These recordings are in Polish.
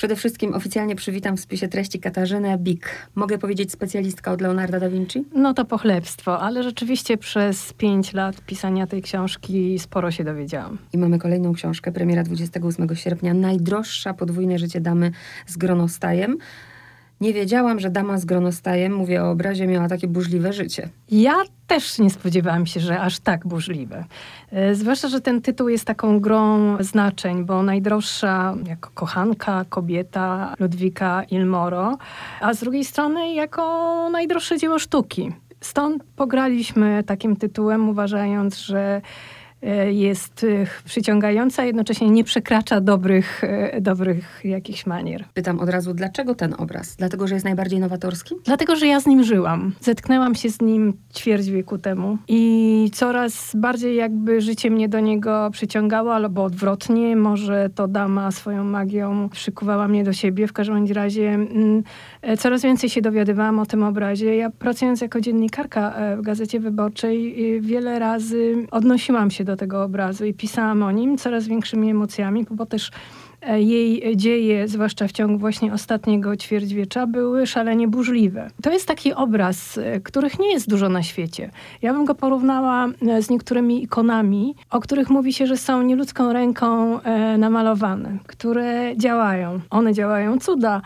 Przede wszystkim oficjalnie przywitam w spisie treści Katarzynę Bik. Mogę powiedzieć specjalistka od Leonarda da Vinci? No to pochlebstwo, ale rzeczywiście przez 5 lat pisania tej książki sporo się dowiedziałam. I mamy kolejną książkę, premiera 28 sierpnia. Najdroższa podwójne życie damy z gronostajem. Nie wiedziałam, że dama z gronostajem, mówię o obrazie, miała takie burzliwe życie. Ja też nie spodziewałam się, że aż tak burzliwe. Zwłaszcza, że ten tytuł jest taką grą znaczeń, bo najdroższa jako kochanka, kobieta Ludwika il Moro, a z drugiej strony jako najdroższe dzieło sztuki. Stąd pograliśmy takim tytułem, uważając, że jest przyciągająca, a jednocześnie nie przekracza dobrych jakichś manier. Pytam od razu, dlaczego ten obraz? Dlatego, że jest najbardziej nowatorski? Dlatego, że ja z nim żyłam. Zetknęłam się z nim ćwierć wieku temu i coraz bardziej jakby życie mnie do niego przyciągało, albo odwrotnie, może to dama swoją magią przykuwała mnie do siebie. W każdym razie coraz więcej się dowiadywałam o tym obrazie. Ja pracując jako dziennikarka w Gazecie Wyborczej wiele razy odnosiłam się do tego obrazu i pisałam o nim coraz większymi emocjami, bo też jej dzieje, zwłaszcza w ciągu właśnie ostatniego ćwierćwiecza, były szalenie burzliwe. To jest taki obraz, których nie jest dużo na świecie. Ja bym go porównała z niektórymi ikonami, o których mówi się, że są nieludzką ręką namalowane, które działają. One działają cuda,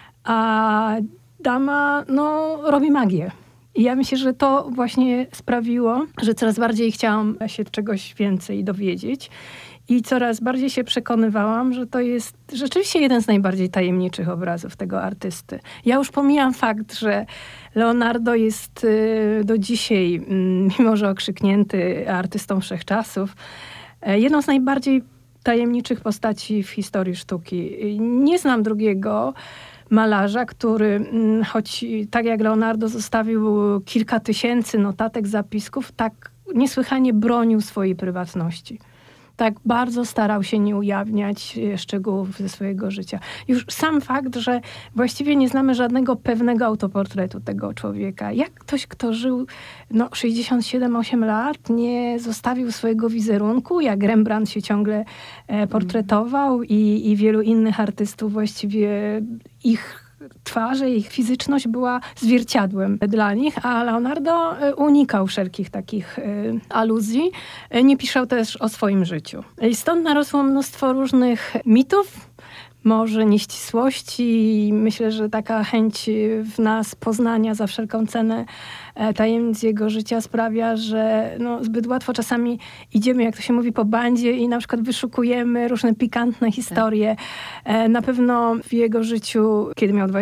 a dama robi magię. I ja myślę, że to właśnie sprawiło, że coraz bardziej chciałam się czegoś więcej dowiedzieć i coraz bardziej się przekonywałam, że to jest rzeczywiście jeden z najbardziej tajemniczych obrazów tego artysty. Ja już pomijam fakt, że Leonardo jest do dzisiaj, mimo że okrzyknięty artystą wszechczasów, jedną z najbardziej tajemniczych postaci w historii sztuki. Nie znam drugiego malarza, który choć tak jak Leonardo zostawił kilka tysięcy notatek, zapisków, tak niesłychanie bronił swojej prywatności. Tak bardzo starał się nie ujawniać szczegółów ze swojego życia. Już sam fakt, że właściwie nie znamy żadnego pewnego autoportretu tego człowieka. Jak ktoś, kto żył 67-8 lat, nie zostawił swojego wizerunku, jak Rembrandt się ciągle portretował i wielu innych artystów właściwie ich twarze, ich fizyczność była zwierciadłem dla nich, a Leonardo unikał wszelkich takich aluzji. Nie piszał też o swoim życiu. I stąd narosło mnóstwo różnych mitów, może nieścisłości. Myślę, że taka chęć w nas poznania za wszelką cenę tajemnic jego życia sprawia, że zbyt łatwo czasami idziemy, jak to się mówi, po bandzie i na przykład wyszukujemy różne pikantne historie. Na pewno w jego życiu, kiedy miał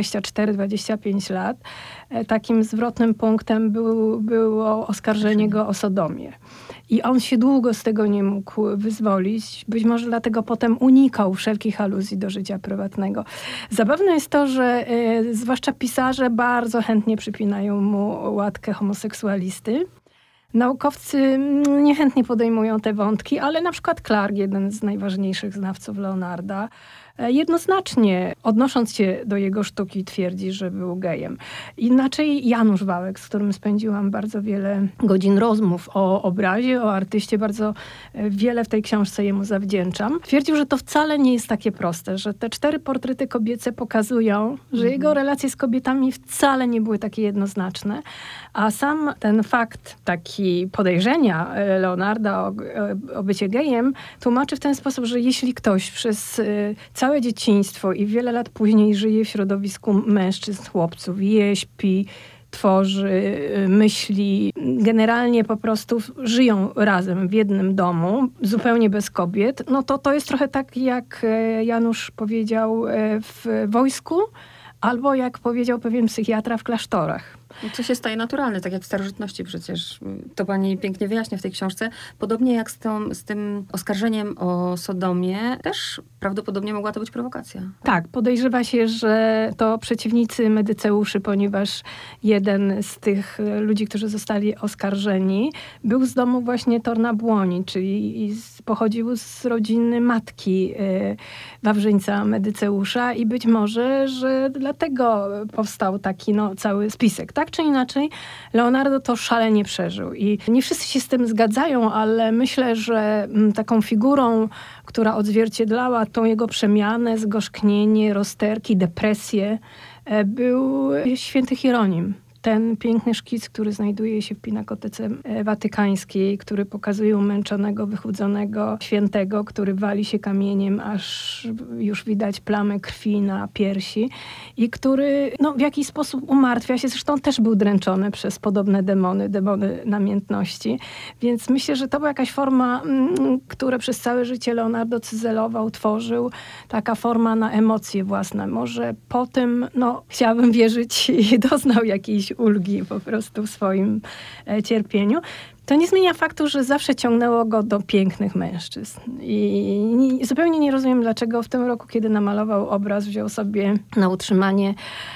24-25 lat, takim zwrotnym punktem było oskarżenie go o sodomię. I on się długo z tego nie mógł wyzwolić. Być może dlatego potem unikał wszelkich aluzji do życia prywatnego. Zabawne jest to, że zwłaszcza pisarze bardzo chętnie przypinają mu łatkę homoseksualisty. Naukowcy niechętnie podejmują te wątki, ale na przykład Clark, jeden z najważniejszych znawców Leonarda, jednoznacznie odnosząc się do jego sztuki twierdzi, że był gejem. Inaczej Janusz Wałek, z którym spędziłam bardzo wiele godzin rozmów o obrazie, o artyście, bardzo wiele w tej książce jemu zawdzięczam. Twierdził, że to wcale nie jest takie proste, że te 4 portrety kobiece pokazują, że jego relacje z kobietami wcale nie były takie jednoznaczne, a sam ten fakt taki podejrzenia Leonarda o bycie gejem tłumaczy w ten sposób, że jeśli ktoś przez całe dzieciństwo i wiele lat później żyje w środowisku mężczyzn, chłopców, je, śpi, tworzy, myśli, generalnie po prostu żyją razem w jednym domu, zupełnie bez kobiet, to jest trochę tak, jak Janusz powiedział w wojsku, albo jak powiedział pewien psychiatra w klasztorach. Co się staje naturalne, tak jak w starożytności przecież. To pani pięknie wyjaśnia w tej książce. Podobnie jak z tym oskarżeniem o sodomię, też prawdopodobnie mogła to być prowokacja. Tak, podejrzewa się, że to przeciwnicy Medyceuszy, ponieważ jeden z tych ludzi, którzy zostali oskarżeni, był z domu właśnie Tornabłoni, czyli pochodził z rodziny matki Wawrzyńca Medyceusza i być może, że dlatego powstał taki cały spisek. tak czy inaczej Leonardo to szalenie przeżył. I nie wszyscy się z tym zgadzają, ale myślę, że taką figurą, która odzwierciedlała tą jego przemianę, zgorzknienie, rozterki, depresję, był święty Hieronim. Ten piękny szkic, który znajduje się w Pinakotece Watykańskiej, który pokazuje umęczonego, wychudzonego świętego, który wali się kamieniem, aż już widać plamy krwi na piersi i który w jakiś sposób umartwia się. Zresztą też był dręczony przez podobne demony namiętności. Więc myślę, że to była jakaś forma, która przez całe życie Leonardo cyzelował, tworzył. Taka forma na emocje własne. Może po tym, chciałabym wierzyć, doznał jakiejś ulgi po prostu w swoim cierpieniu. To nie zmienia faktu, że zawsze ciągnęło go do pięknych mężczyzn. I zupełnie nie rozumiem, dlaczego w tym roku, kiedy namalował obraz, wziął sobie na utrzymanie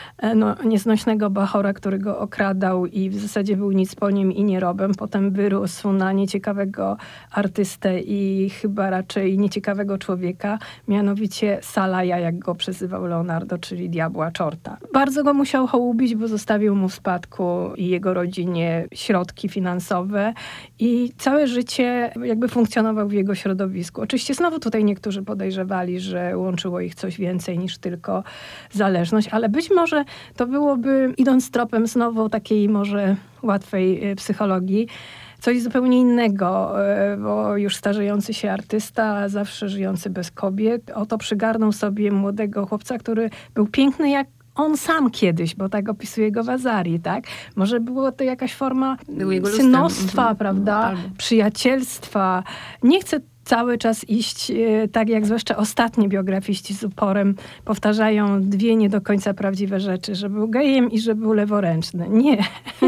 nieznośnego bachora, który go okradał i w zasadzie był nic po nim i nierobem. Potem wyrósł na nieciekawego artystę i chyba raczej nieciekawego człowieka, mianowicie Salaja, jak go przezywał Leonardo, czyli diabła, czorta. Bardzo go musiał hołubić, bo zostawił mu w spadku i jego rodzinie środki finansowe i całe życie jakby funkcjonował w jego środowisku. Oczywiście znowu tutaj niektórzy podejrzewali, że łączyło ich coś więcej niż tylko zależność, ale być może to byłoby, idąc tropem znowu takiej może łatwej psychologii, coś zupełnie innego, bo już starzejący się artysta, zawsze żyjący bez kobiet, oto przygarnął sobie młodego chłopca, który był piękny jak on sam kiedyś, bo tak opisuje go Vasari, tak? Może było to jakaś forma synostwa, prawda? Przyjacielstwa. Nie chcę cały czas iść, tak jak zwłaszcza ostatni biografiści z uporem powtarzają dwie nie do końca prawdziwe rzeczy, że był gejem i że był leworęczny. Nie.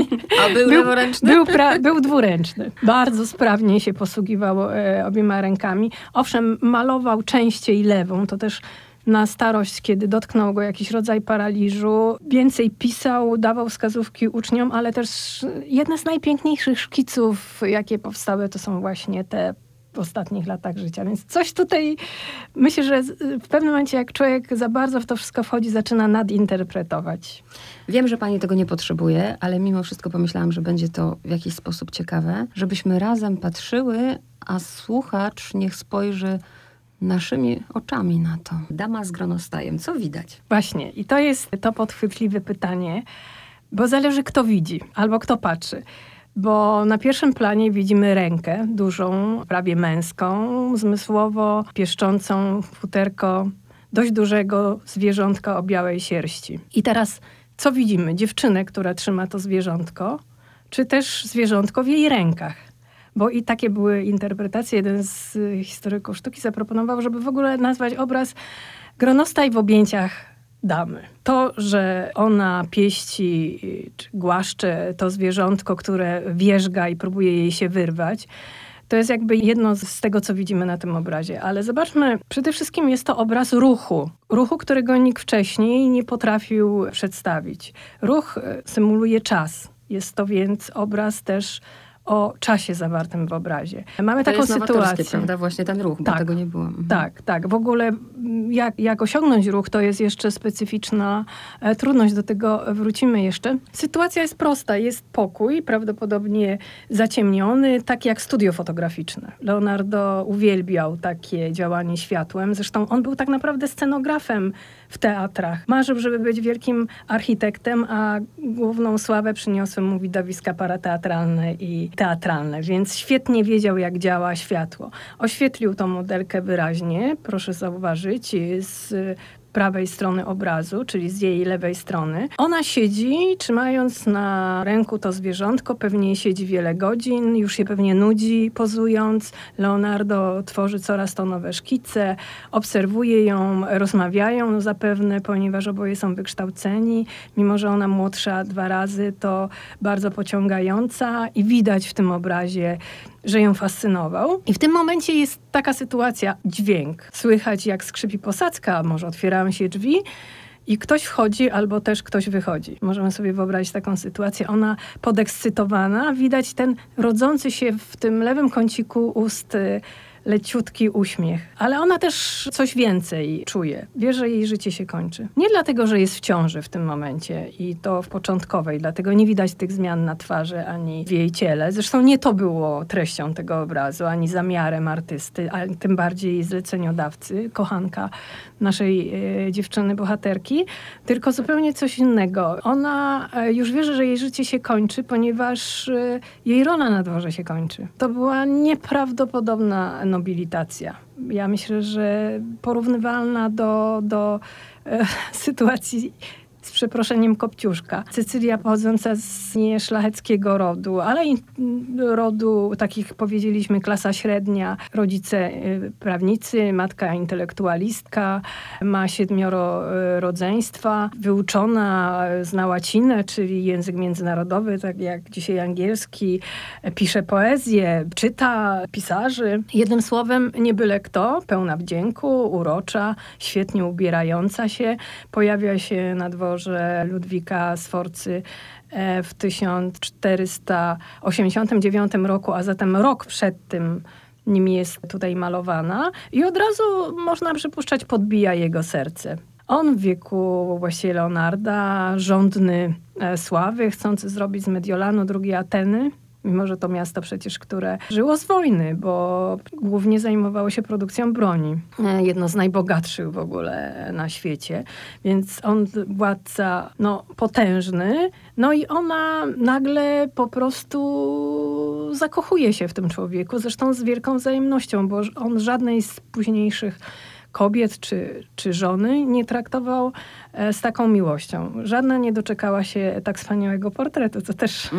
A był leworęczny? Był dwuręczny. Bardzo sprawnie się posługiwał obiema rękami. Owszem, malował częściej lewą, to też na starość, kiedy dotknął go jakiś rodzaj paraliżu. Więcej pisał, dawał wskazówki uczniom, ale też jedne z najpiękniejszych szkiców, jakie powstały, to są właśnie te w ostatnich latach życia. Więc coś tutaj, myślę, że w pewnym momencie, jak człowiek za bardzo w to wszystko wchodzi, zaczyna nadinterpretować. Wiem, że pani tego nie potrzebuje, ale mimo wszystko pomyślałam, że będzie to w jakiś sposób ciekawe, żebyśmy razem patrzyły, a słuchacz niech spojrzy naszymi oczami na to. Dama z gronostajem. Co widać? Właśnie. I to jest to podchwytliwe pytanie, bo zależy kto widzi albo kto patrzy. Bo na pierwszym planie widzimy rękę dużą, prawie męską, zmysłowo pieszczącą futerko dość dużego zwierzątka o białej sierści. I teraz co widzimy? Dziewczynę, która trzyma to zwierzątko, czy też zwierzątko w jej rękach? Bo i takie były interpretacje. Jeden z historyków sztuki zaproponował, żeby w ogóle nazwać obraz gronostaj w objęciach damy. To, że ona pieści czy głaszcze to zwierzątko, które wierzga i próbuje jej się wyrwać, to jest jakby jedno z tego, co widzimy na tym obrazie. Ale zobaczmy, przede wszystkim jest to obraz ruchu. Ruchu, którego nikt wcześniej nie potrafił przedstawić. Ruch symuluje czas. Jest to więc obraz też o czasie zawartym w obrazie. Mamy to taką jest sytuację, prawda? Właśnie ten ruch, bo tego nie było. Tak. W ogóle jak osiągnąć ruch, to jest jeszcze specyficzna trudność. Do tego wrócimy jeszcze. Sytuacja jest prosta. Jest pokój, prawdopodobnie zaciemniony, tak jak studio fotograficzne. Leonardo uwielbiał takie działanie światłem. Zresztą on był tak naprawdę scenografem w teatrach. Marzył, żeby być wielkim architektem, a główną sławę przyniosły mu widowiska parateatralne i teatralne, więc świetnie wiedział, jak działa światło. Oświetlił tą modelkę wyraźnie, proszę zauważyć, z prawej strony obrazu, czyli z jej lewej strony. Ona siedzi, trzymając na ręku to zwierzątko, pewnie siedzi wiele godzin, już się pewnie nudzi pozując. Leonardo tworzy coraz to nowe szkice, obserwuje ją, rozmawiają zapewne, ponieważ oboje są wykształceni. Mimo że ona młodsza 2 razy, to bardzo pociągająca i widać w tym obrazie, że ją fascynował. I w tym momencie jest taka sytuacja, dźwięk. Słychać, jak skrzypi posadzka, może otwierają się drzwi i ktoś wchodzi, albo też ktoś wychodzi. Możemy sobie wyobrazić taką sytuację. Ona podekscytowana, widać ten rodzący się w tym lewym kąciku ust leciutki uśmiech. Ale ona też coś więcej czuje. Wie, że jej życie się kończy. Nie dlatego, że jest w ciąży w tym momencie i to w początkowej, dlatego nie widać tych zmian na twarzy ani w jej ciele. Zresztą nie to było treścią tego obrazu, ani zamiarem artysty, a tym bardziej zleceniodawcy, kochanka naszej dziewczyny bohaterki, tylko zupełnie coś innego. Ona już wie, że jej życie się kończy, ponieważ jej rola na dworze się kończy. To była nieprawdopodobna nobilitacja. Ja myślę, że porównywalna do sytuacji z przeproszeniem Kopciuszka. Cecylia pochodząca z nieszlacheckiego rodu, ale i rodu, takich powiedzieliśmy, klasa średnia, rodzice prawnicy, matka intelektualistka, ma 7 rodzeństwa, wyuczona, zna łacinę, czyli język międzynarodowy, tak jak dzisiaj angielski, pisze poezję, czyta pisarzy. Jednym słowem, nie byle kto, pełna wdzięku, urocza, świetnie ubierająca się, pojawia się na dworze Ludwika Sforcy w 1489 roku, a zatem rok przed tym nim jest tutaj malowana i od razu można przypuszczać podbija jego serce. On w wieku właściwie Leonarda, żądny sławy, chcący zrobić z Mediolanu drugie Ateny, mimo że to miasto przecież, które żyło z wojny, bo głównie zajmowało się produkcją broni. Jedno z najbogatszych w ogóle na świecie. Więc on władca potężny. No i ona nagle po prostu zakochuje się w tym człowieku. Zresztą z wielką wzajemnością, bo on żadnej z późniejszych kobiet czy żony nie traktował z taką miłością. Żadna nie doczekała się tak wspaniałego portretu, co też...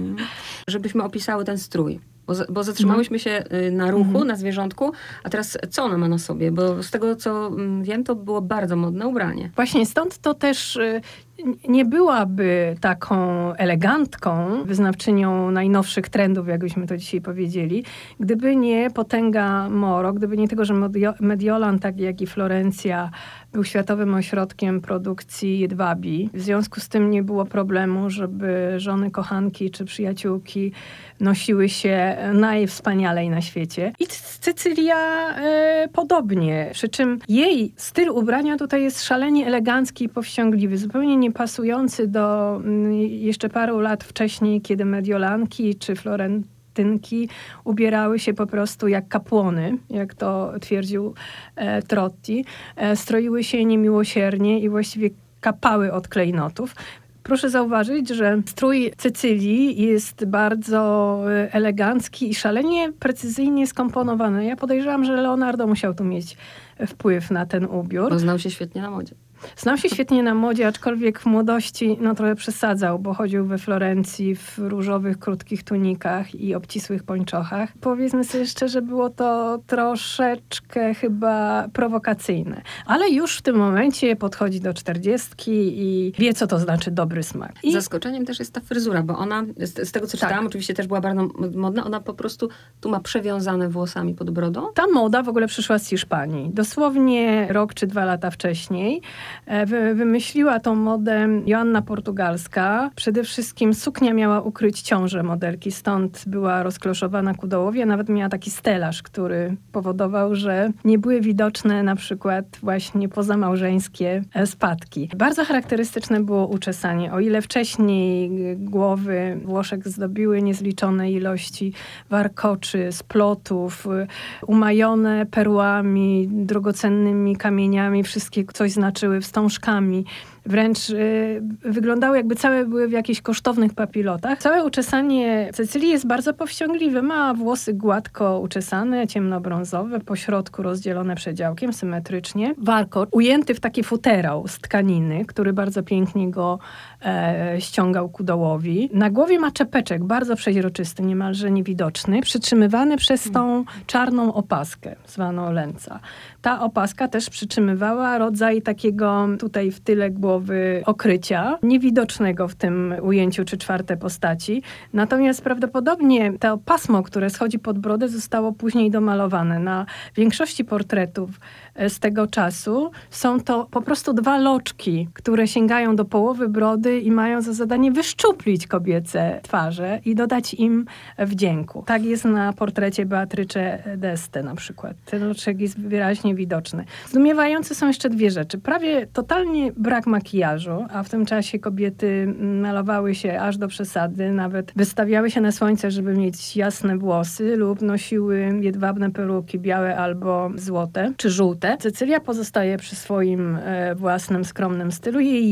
Żebyśmy opisały ten strój. Bo zatrzymałyśmy się na ruchu, na zwierzątku, a teraz co ona ma na sobie? Bo z tego, co wiem, to było bardzo modne ubranie. Właśnie stąd to też nie byłaby taką elegantką, wyznawczynią najnowszych trendów, jakbyśmy to dzisiaj powiedzieli, gdyby nie potęga Moro, gdyby nie tego, że Mediolan, tak jak i Florencja, był światowym ośrodkiem produkcji jedwabi. W związku z tym nie było problemu, żeby żony kochanki czy przyjaciółki nosiły się najwspanialej na świecie. I Cecylia podobnie. Przy czym jej styl ubrania tutaj jest szalenie elegancki i powściągliwy, zupełnie nie pasujący do jeszcze paru lat wcześniej, kiedy Mediolanki czy Florentynki ubierały się po prostu jak kapłony, jak to twierdził Trotti. Stroiły się niemiłosiernie i właściwie kapały od klejnotów. Proszę zauważyć, że strój Cecylii jest bardzo elegancki i szalenie precyzyjnie skomponowany. Ja podejrzewam, że Leonardo musiał tu mieć wpływ na ten ubiór. Bo znał się świetnie na modzie. Znał się świetnie na modzie, aczkolwiek w młodości trochę przesadzał, bo chodził we Florencji w różowych, krótkich tunikach i obcisłych pończochach. Powiedzmy sobie szczerze, było to troszeczkę chyba prowokacyjne. Ale już w tym momencie podchodzi do 40 i wie, co to znaczy dobry smak. I zaskoczeniem też jest ta fryzura, bo ona, z tego co czytałam, oczywiście też była bardzo modna, ona po prostu tu ma przewiązane włosami pod brodą. Ta moda w ogóle przyszła z Hiszpanii. Dosłownie rok czy 2 lata wcześniej wymyśliła tą modę Joanna Portugalska. Przede wszystkim suknia miała ukryć ciążę modelki, stąd była rozkloszowana ku dołowi, a nawet miała taki stelaż, który powodował, że nie były widoczne na przykład właśnie pozamałżeńskie spadki. Bardzo charakterystyczne było uczesanie. O ile wcześniej głowy Włoszek zdobiły niezliczone ilości warkoczy, splotów, umajone perłami, drogocennymi kamieniami, wszystkie coś znaczyły, wstążkami. Wręcz wyglądały jakby całe były w jakichś kosztownych papilotach. Całe uczesanie Cecylii jest bardzo powściągliwe. Ma włosy gładko uczesane, ciemnobrązowe, po środku rozdzielone przedziałkiem, symetrycznie. Warkocz ujęty w taki futerał z tkaniny, który bardzo pięknie go ściągał ku dołowi. Na głowie ma czepeczek, bardzo przeźroczysty, niemalże niewidoczny, przytrzymywany przez tą czarną opaskę, zwaną lenca. Ta opaska też przytrzymywała rodzaj takiego tutaj w tyle głowy okrycia, niewidocznego w tym ujęciu 3/4 postaci. Natomiast prawdopodobnie to pasmo, które schodzi pod brodę, zostało później domalowane. Na większości portretów z tego czasu. Są to po prostu 2 loczki, które sięgają do połowy brody i mają za zadanie wyszczuplić kobiece twarze i dodać im wdzięku. Tak jest na portrecie Beatrice d'Este na przykład. Ten loczek jest wyraźnie widoczny. Zdumiewające są jeszcze 2 rzeczy. Prawie totalnie brak makijażu, a w tym czasie kobiety malowały się aż do przesady, nawet wystawiały się na słońce, żeby mieć jasne włosy lub nosiły jedwabne peruki białe albo złote czy żółte. Cecylia pozostaje przy swoim własnym, skromnym stylu. Jej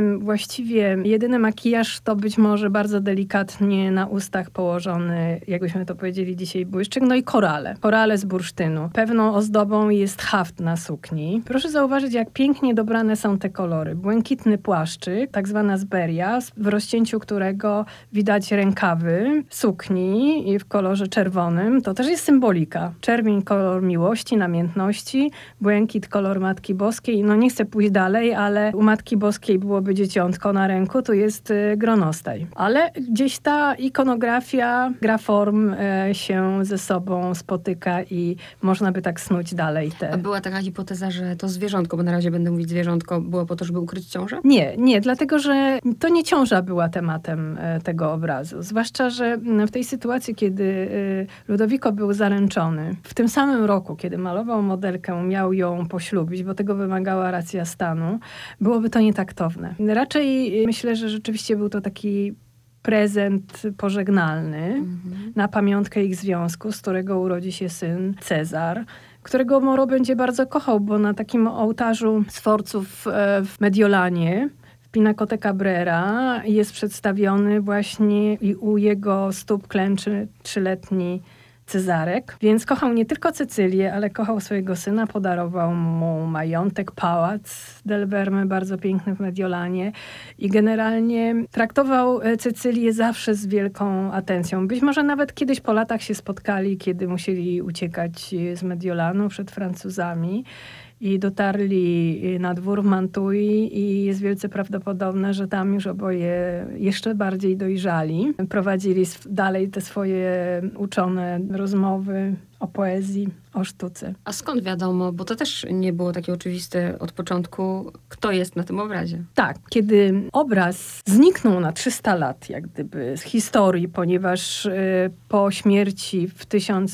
jedyny makijaż to być może bardzo delikatnie na ustach położony, jakbyśmy to powiedzieli dzisiaj, błyszczyk, no i korale. Korale z bursztynu. Pewną ozdobą jest haft na sukni. Proszę zauważyć, jak pięknie dobrane są te kolory. Błękitny płaszczyk, tak zwana zberia, w rozcięciu którego widać rękawy sukni i w kolorze czerwonym. To też jest symbolika. Czerwień kolor miłości, namiętności, błękit kolor Matki Boskiej. No nie chcę pójść dalej, ale u Matki Boskiej byłoby dzieciątko na ręku, tu jest gronostaj. Ale gdzieś ta ikonografia, gra form się ze sobą spotyka i można by tak snuć dalej. A była taka hipoteza, że to zwierzątko, bo na razie będę mówić zwierzątko, było po to, żeby ukryć ciążę? Nie, dlatego, że to nie ciąża była tematem tego obrazu. Zwłaszcza, że w tej sytuacji, kiedy Ludovico był zaręczony, w tym samym roku, kiedy malował modelkę, miał ją poślubić, bo tego wymagała racja stanu, byłoby to nietaktowne. Raczej myślę, że rzeczywiście był to taki prezent pożegnalny na pamiątkę ich związku, z którego urodzi się syn Cezar, którego Moro będzie bardzo kochał, bo na takim ołtarzu Sforców w Mediolanie, w Pinacote Cabrera, jest przedstawiony właśnie i u jego stóp klęczy 3-letni Cezarek. Więc kochał nie tylko Cecylię, ale kochał swojego syna, podarował mu majątek, pałac del Verme, bardzo piękny w Mediolanie i generalnie traktował Cecylię zawsze z wielką atencją. Być może nawet kiedyś po latach się spotkali, kiedy musieli uciekać z Mediolanu przed Francuzami i dotarli na dwór w Mantui i jest wielce prawdopodobne, że tam już oboje jeszcze bardziej dojrzali. Prowadzili dalej te swoje uczone rozmowy o poezji, o sztuce. A skąd wiadomo, bo to też nie było takie oczywiste od początku, kto jest na tym obrazie? Tak, kiedy obraz zniknął na 300 lat, jak gdyby, z historii, ponieważ po śmierci w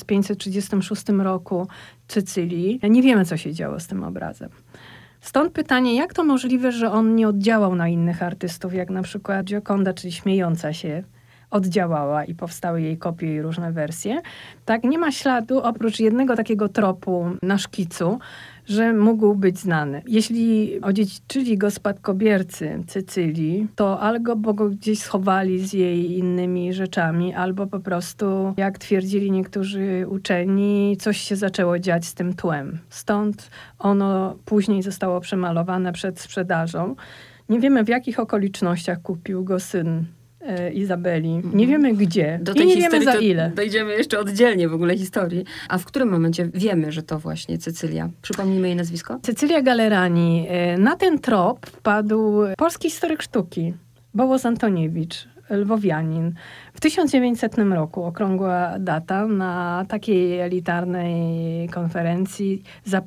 1536 roku Cecylii nie wiemy, co się działo z tym obrazem. Stąd pytanie, jak to możliwe, że on nie oddziałał na innych artystów, jak na przykład Gioconda, czyli śmiejąca się, oddziałała i powstały jej kopie i różne wersje. Tak, nie ma śladu, oprócz jednego takiego tropu na szkicu, że mógł być znany. Jeśli odziedziczyli go spadkobiercy Cecylii, to albo go gdzieś schowali z jej innymi rzeczami, albo po prostu, jak twierdzili niektórzy uczeni, coś się zaczęło dziać z tym tłem. Stąd ono później zostało przemalowane przed sprzedażą. Nie wiemy, w jakich okolicznościach kupił go syn Izabeli. Nie wiemy gdzie. Do tej i nie wiemy za ile. Dojdziemy jeszcze oddzielnie w ogóle historii. A w którym momencie wiemy, że to właśnie Cecylia? Przypomnijmy jej nazwisko. Cecylia Gallerani. Na ten trop wpadł polski historyk sztuki, Bołos Antoniewicz, lwowianin. W 1900 roku, okrągła data, na takiej elitarnej konferencji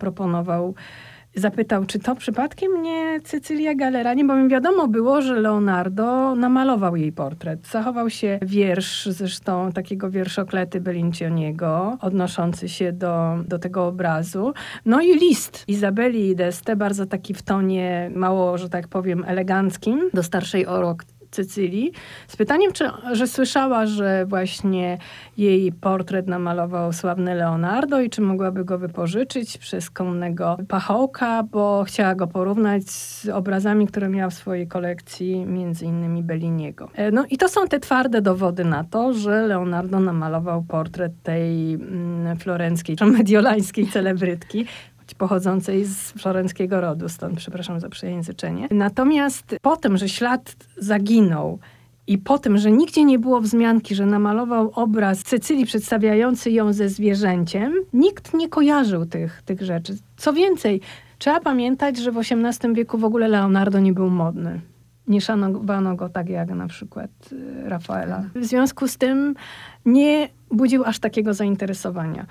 zapytał, czy to przypadkiem nie Cecylia Gallerani, bo mi wiadomo było, że Leonardo namalował jej portret. Zachował się wiersz, zresztą takiego wierszoklety Bellincioniego, odnoszący się do tego obrazu. No i list Izabeli d'Este, bardzo taki w tonie mało, że tak powiem, eleganckim, do starszej o rok Cecylii, z pytaniem, że słyszała, że właśnie jej portret namalował sławny Leonardo i czy mogłaby go wypożyczyć przez konnego pachołka, bo chciała go porównać z obrazami, które miał w swojej kolekcji, między innymi Belliniego. No i to są te twarde dowody na to, że Leonardo namalował portret tej florenckiej, czy mediolańskiej celebrytki, pochodzącej z florenckiego rodu, stąd przepraszam za przejęzyczenie. Natomiast po tym, że ślad zaginął i po tym, że nigdzie nie było wzmianki, że namalował obraz Cecylii przedstawiający ją ze zwierzęciem, nikt nie kojarzył tych rzeczy. Co więcej, trzeba pamiętać, że w XVIII wieku w ogóle Leonardo nie był modny. Nie szanowano go tak jak na przykład Rafaela. W związku z tym nie budził aż takiego zainteresowania.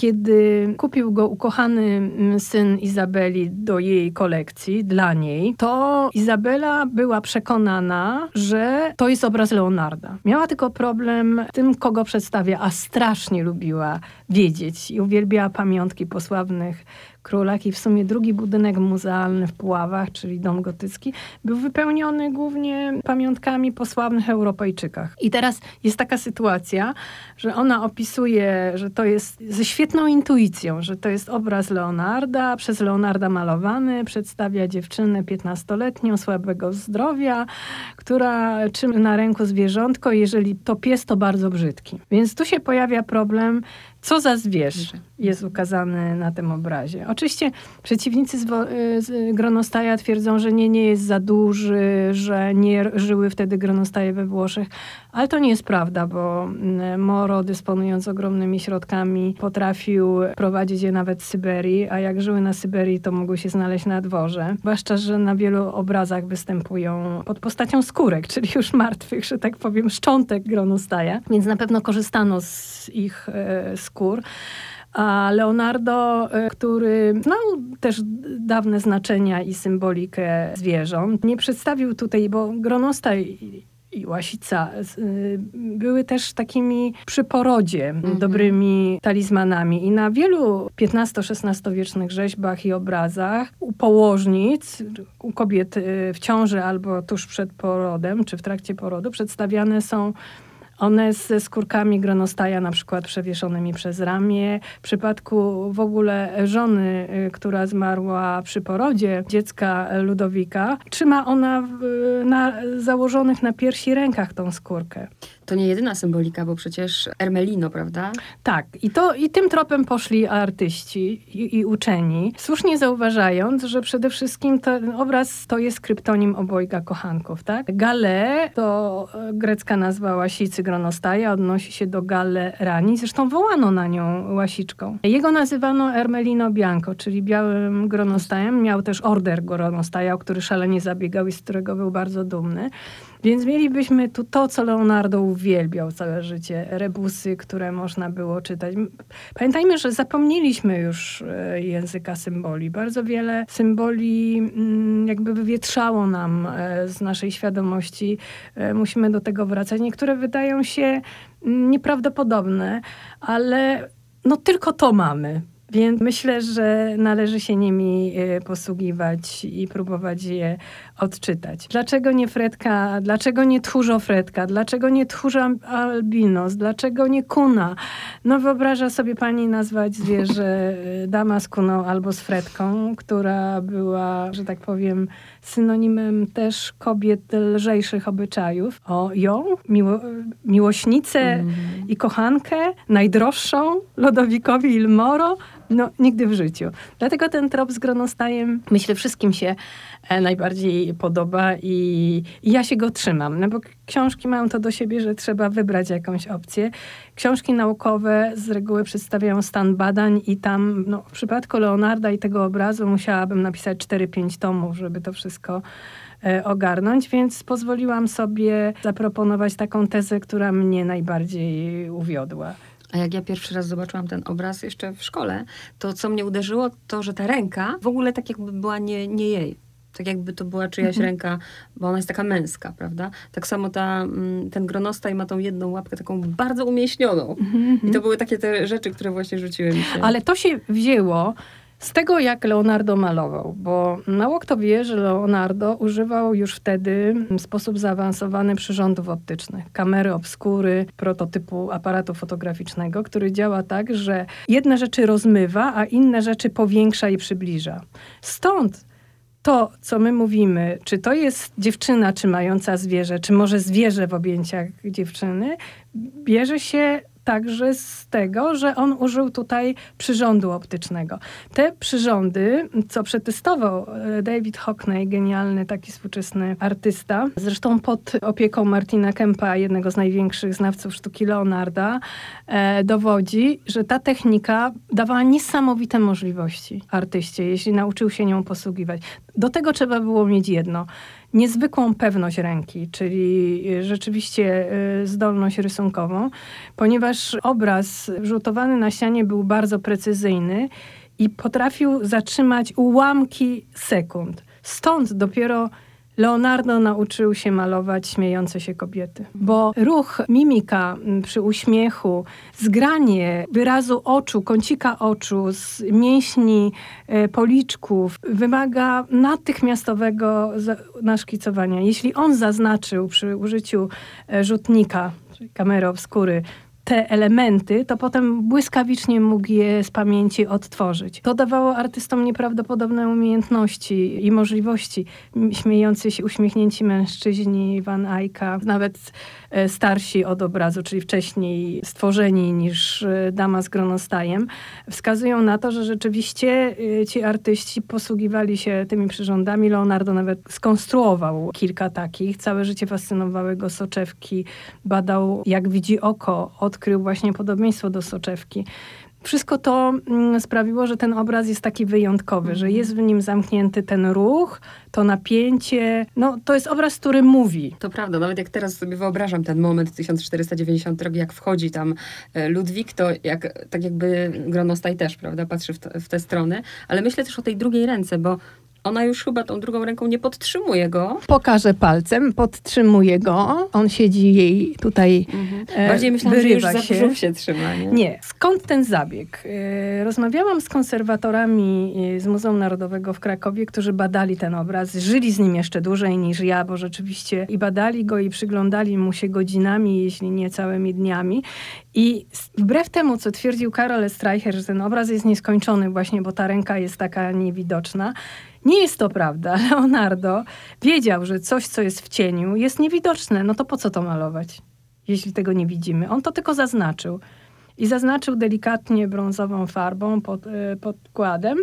kiedy kupił go ukochany syn Izabeli do jej kolekcji, dla niej, to Izabela była przekonana, że to jest obraz Leonarda. Miała tylko problem z tym, kogo przedstawia, a strasznie lubiła wiedzieć i uwielbiała pamiątki po sławnych królach i w sumie drugi budynek muzealny w Puławach, czyli dom gotycki, był wypełniony głównie pamiątkami po sławnych Europejczykach. I teraz jest taka sytuacja, że ona opisuje, że to jest ze świetną intuicją, że to jest obraz Leonarda, przez Leonarda malowany, przedstawia dziewczynę 15-letnią, słabego zdrowia, która trzyma na ręku zwierzątko, jeżeli to pies, to bardzo brzydki. Więc tu się pojawia problem, co za zwierz jest ukazany na tym obrazie. Oczywiście przeciwnicy z Gronostaja twierdzą, że nie jest za duży, że nie żyły wtedy gronostaje we Włoszech, ale to nie jest prawda, bo Moro, dysponując ogromnymi środkami, potrafił prowadzić je nawet z Syberii, a jak żyły na Syberii, to mogły się znaleźć na dworze. Zwłaszcza, że na wielu obrazach występują pod postacią skórek, czyli już martwych, że tak powiem, szczątek Gronostaja, więc na pewno korzystano z ich skór. A Leonardo, który znał też dawne znaczenia i symbolikę zwierząt, nie przedstawił tutaj, bo Gronostaj i Łasica były też takimi przy porodzie dobrymi talizmanami. I na wielu XV-XVI wiecznych rzeźbach i obrazach u położnic, u kobiet w ciąży albo tuż przed porodem, czy w trakcie porodu przedstawiane są one ze skórkami Gronostaja na przykład przewieszonymi przez ramię. W przypadku w ogóle żony, która zmarła przy porodzie dziecka Ludowika, trzyma ona założonych na piersi rękach tą skórkę. To nie jedyna symbolika, bo przecież Ermelino, prawda? Tak. I tym tropem poszli artyści i uczeni, słusznie zauważając, że przede wszystkim ten obraz to jest kryptonim obojga kochanków, tak? Gale to grecka nazwa łasicy Gronostaja, odnosi się do Galerani. Zresztą wołano na nią łasiczką. Jego nazywano Ermelino Bianco, czyli białym Gronostajem. Miał też order Gronostaja, o który szalenie zabiegał i z którego był bardzo dumny. Więc mielibyśmy tu to, co Leonardo uwielbiał całe życie. Rebusy, które można było czytać. Pamiętajmy, że zapomnieliśmy już języka symboli. Bardzo wiele symboli jakby wywietrzało nam z naszej świadomości. Musimy do tego wracać. Niektóre wydają się nieprawdopodobne, ale no tylko to mamy. Więc myślę, że należy się nimi posługiwać i próbować je odczytać. Dlaczego nie Fredka? Dlaczego nie tchórzo Fredka? Dlaczego nie tchórzo albinos? Dlaczego nie kuna? No wyobraża sobie pani nazwać zwierzę dama z kuną albo z Fredką, która była, że tak powiem, synonimem też kobiet lżejszych obyczajów. O ją, miłośnicę i kochankę, najdroższą Lodowikowi il Moro, no nigdy w życiu. Dlatego ten trop z Gronostajem, myślę, wszystkim się najbardziej podoba i ja się go trzymam. No bo książki mają to do siebie, że trzeba wybrać jakąś opcję. Książki naukowe z reguły przedstawiają stan badań i tam, no, w przypadku Leonarda i tego obrazu musiałabym napisać 4-5 tomów, żeby to wszystko ogarnąć, więc pozwoliłam sobie zaproponować taką tezę, która mnie najbardziej uwiodła. A jak ja pierwszy raz zobaczyłam ten obraz jeszcze w szkole, to co mnie uderzyło, to że ta ręka w ogóle tak jakby była nie jej. Tak jakby to była czyjaś ręka, bo ona jest taka męska, prawda? Tak samo ten Gronostaj ma tą jedną łapkę taką bardzo umieśnioną. I to były takie te rzeczy, które właśnie rzuciły mi się. Ale to się wzięło z tego, jak Leonardo malował, bo mało kto wie, że Leonardo używał już wtedy w sposób zaawansowany przyrządów optycznych. Kamery obskury, prototypu aparatu fotograficznego, który działa tak, że jedne rzeczy rozmywa, a inne rzeczy powiększa i przybliża. Stąd to, co my mówimy, czy to jest dziewczyna trzymająca zwierzę, czy może zwierzę w objęciach dziewczyny, bierze się także z tego, że on użył tutaj przyrządu optycznego. Te przyrządy, co przetestował David Hockney, genialny taki współczesny artysta, zresztą pod opieką Martina Kempa, jednego z największych znawców sztuki Leonarda, dowodzi, że ta technika dawała niesamowite możliwości artyście, jeśli nauczył się nią posługiwać. Do tego trzeba było mieć jedno. niezwykłą pewność ręki, czyli rzeczywiście zdolność rysunkową, ponieważ obraz rzutowany na ścianie był bardzo precyzyjny i potrafił zatrzymać ułamki sekund. Stąd dopiero Leonardo nauczył się malować śmiejące się kobiety. Bo ruch, mimika przy uśmiechu, zgranie wyrazu oczu, kącika oczu, z mięśni policzków wymaga natychmiastowego naszkicowania. Jeśli on zaznaczył przy użyciu rzutnika, czyli kamery obskury, te elementy, to potem błyskawicznie mógł je z pamięci odtworzyć. To dawało artystom nieprawdopodobne umiejętności i możliwości. Śmiejący się, uśmiechnięci mężczyźni Van Eycka, nawet starsi od obrazu, czyli wcześniej stworzeni niż dama z gronostajem, wskazują na to, że rzeczywiście ci artyści posługiwali się tymi przyrządami. Leonardo nawet skonstruował kilka takich. Całe życie fascynowały go soczewki. Badał, jak widzi oko. Odkrył właśnie podobieństwo do soczewki. Wszystko to sprawiło, że ten obraz jest taki wyjątkowy, że jest w nim zamknięty ten ruch, to napięcie. No, to jest obraz, który mówi. To prawda, nawet jak teraz sobie wyobrażam ten moment 1490 rok, jak wchodzi tam Ludwik, to tak jakby Gronostaj też, prawda, patrzy w tę stronę. Ale myślę też o tej drugiej ręce, bo ona już chyba tą drugą ręką nie podtrzymuje go. Pokaże palcem, podtrzymuje go. On siedzi jej tutaj, Bardziej myślałam, że już za brzuch się trzyma. Nie. Skąd ten zabieg? Rozmawiałam z konserwatorami z Muzeum Narodowego w Krakowie, którzy badali ten obraz. Żyli z nim jeszcze dłużej niż ja, bo rzeczywiście i badali go, i przyglądali mu się godzinami, jeśli nie całymi dniami. I wbrew temu, co twierdził Karol Streicher, że ten obraz jest nieskończony właśnie, bo ta ręka jest taka niewidoczna, nie jest to prawda. Leonardo wiedział, że coś, co jest w cieniu, jest niewidoczne. No to po co to malować, jeśli tego nie widzimy? On to tylko zaznaczył. I zaznaczył delikatnie brązową farbą podkładem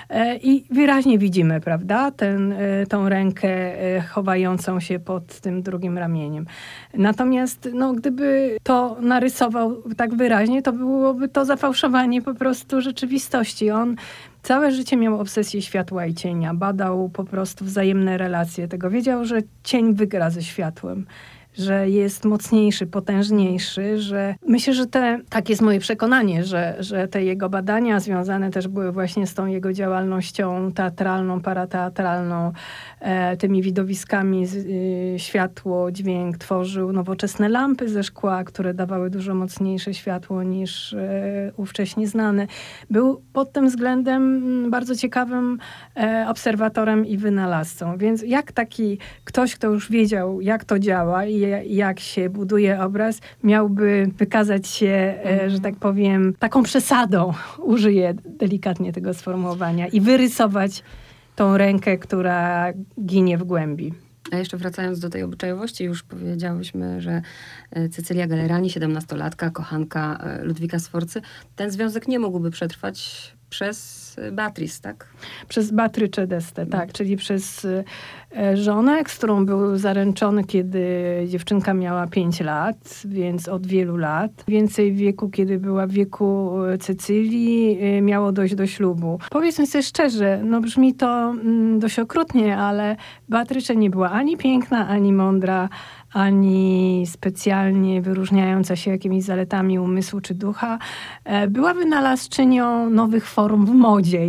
i wyraźnie widzimy, prawda, tą rękę chowającą się pod tym drugim ramieniem. Natomiast no, gdyby to narysował tak wyraźnie, to byłoby to zafałszowanie po prostu rzeczywistości. On całe życie miał obsesję światła i cienia. Badał po prostu wzajemne relacje tego. Wiedział, że cień wygra ze światłem, że jest mocniejszy, potężniejszy, że myślę, że tak jest moje przekonanie, że te jego badania związane też były właśnie z tą jego działalnością teatralną, parateatralną, tymi widowiskami, światło, dźwięk, tworzył nowoczesne lampy ze szkła, które dawały dużo mocniejsze światło niż ówcześnie znane. Był pod tym względem bardzo ciekawym obserwatorem i wynalazcą. Więc jak taki ktoś, kto już wiedział, jak to działa i jak się buduje obraz, miałby wykazać się, że tak powiem, taką przesadą, użyję delikatnie tego sformułowania, i wyrysować tą rękę, która ginie w głębi. A jeszcze wracając do tej obyczajowości, już powiedziałyśmy, że Cecylia Gallerani, 17-latka, kochanka Ludwika Sforcy, ten związek nie mógłby przetrwać przez Beatrice, tak? Przez Beatrice d'Este, tak, czyli przez żonę, z którą był zaręczony, kiedy dziewczynka miała 5 lat, więc od wielu lat. Więcej wieku, kiedy była w wieku Cecylii, miało dojść do ślubu. Powiedzmy sobie szczerze, no brzmi to dość okrutnie, ale Beatrice nie była ani piękna, ani mądra, ani specjalnie wyróżniająca się jakimiś zaletami umysłu czy ducha. Była wynalazczynią nowych form w modzie,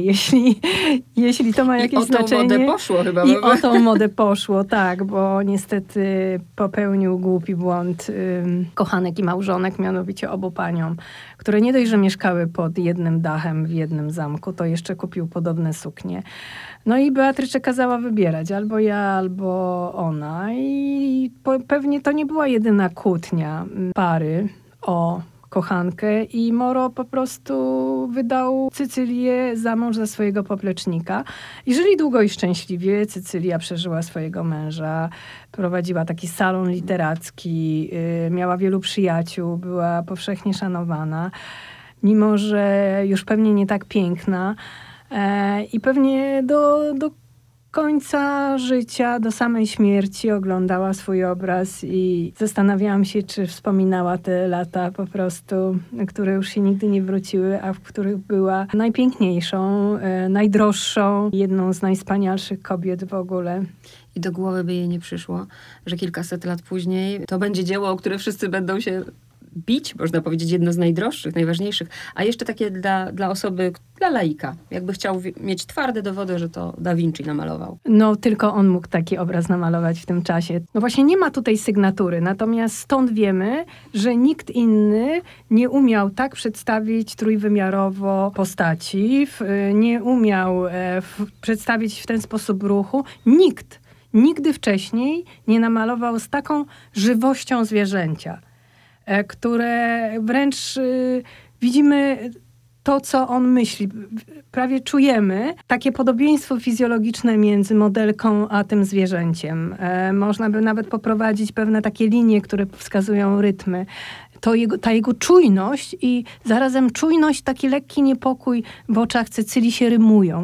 jeśli to ma jakieś znaczenie. I o tą modę poszło chyba. I o tą modę poszło, tak, bo niestety popełnił głupi błąd kochanek i małżonek, mianowicie obu paniom, które nie dość, że mieszkały pod jednym dachem w jednym zamku, to jeszcze kupił podobne suknie. No i Beatrice kazała wybierać, albo ja, albo ona. I pewnie to nie była jedyna kłótnia pary o kochankę i Moro po prostu wydał Cecylię za mąż za swojego poplecznika. I żyli długo i szczęśliwie. Cecylia przeżyła swojego męża, prowadziła taki salon literacki, miała wielu przyjaciół, była powszechnie szanowana, mimo że już pewnie nie tak piękna. I pewnie do końca życia, do samej śmierci oglądała swój obraz i zastanawiałam się, czy wspominała te lata po prostu, które już się nigdy nie wróciły, a w których była najpiękniejszą, najdroższą, jedną z najwspanialszych kobiet w ogóle. I do głowy by jej nie przyszło, że kilkaset lat później to będzie dzieło, o które wszyscy będą się bić, można powiedzieć, jedno z najdroższych, najważniejszych. A jeszcze takie dla osoby, dla laika. Jakby chciał mieć twarde dowody, że to Da Vinci namalował. No, tylko on mógł taki obraz namalować w tym czasie. No właśnie nie ma tutaj sygnatury, natomiast stąd wiemy, że nikt inny nie umiał tak przedstawić trójwymiarowo postaci, nie umiał przedstawić w ten sposób ruchu. Nikt nigdy wcześniej nie namalował z taką żywością zwierzęcia, które wręcz widzimy to, co on myśli. Prawie czujemy takie podobieństwo fizjologiczne między modelką a tym zwierzęciem. Można by nawet poprowadzić pewne takie linie, które wskazują rytmy. Ta jego czujność i zarazem czujność, taki lekki niepokój w oczach Cecylii się rymują.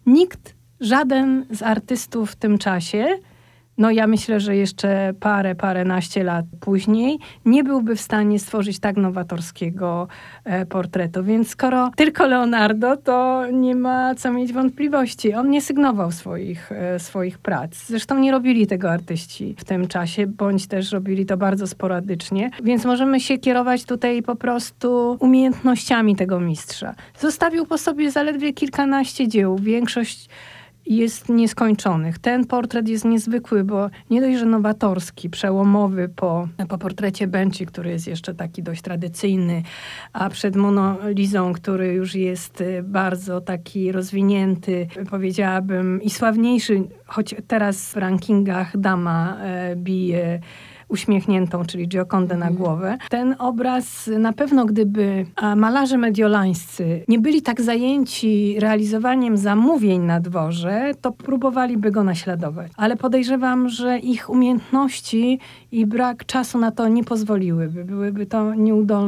Żaden z artystów w tym czasie, no ja myślę, że jeszcze paręnaście lat później nie byłby w stanie stworzyć tak nowatorskiego portretu. Więc skoro tylko Leonardo, to nie ma co mieć wątpliwości. On nie sygnował swoich prac. Zresztą nie robili tego artyści w tym czasie, bądź też robili to bardzo sporadycznie. Więc możemy się kierować tutaj po prostu umiejętnościami tego mistrza. Zostawił po sobie zaledwie kilkanaście dzieł. Większość jest nieskończonych. Ten portret jest niezwykły, bo nie dość, że nowatorski, przełomowy po portrecie Benci, który jest jeszcze taki dość tradycyjny, a przed Monolizą, który już jest bardzo taki rozwinięty, powiedziałabym, i sławniejszy, choć teraz w rankingach dama bije uśmiechniętą, czyli Giocondę na głowę. Ten obraz na pewno, gdyby malarze mediolańscy nie byli tak zajęci realizowaniem zamówień na dworze, to próbowaliby go naśladować. Ale podejrzewam, że ich umiejętności i brak czasu na to nie pozwoliłyby. Byłyby to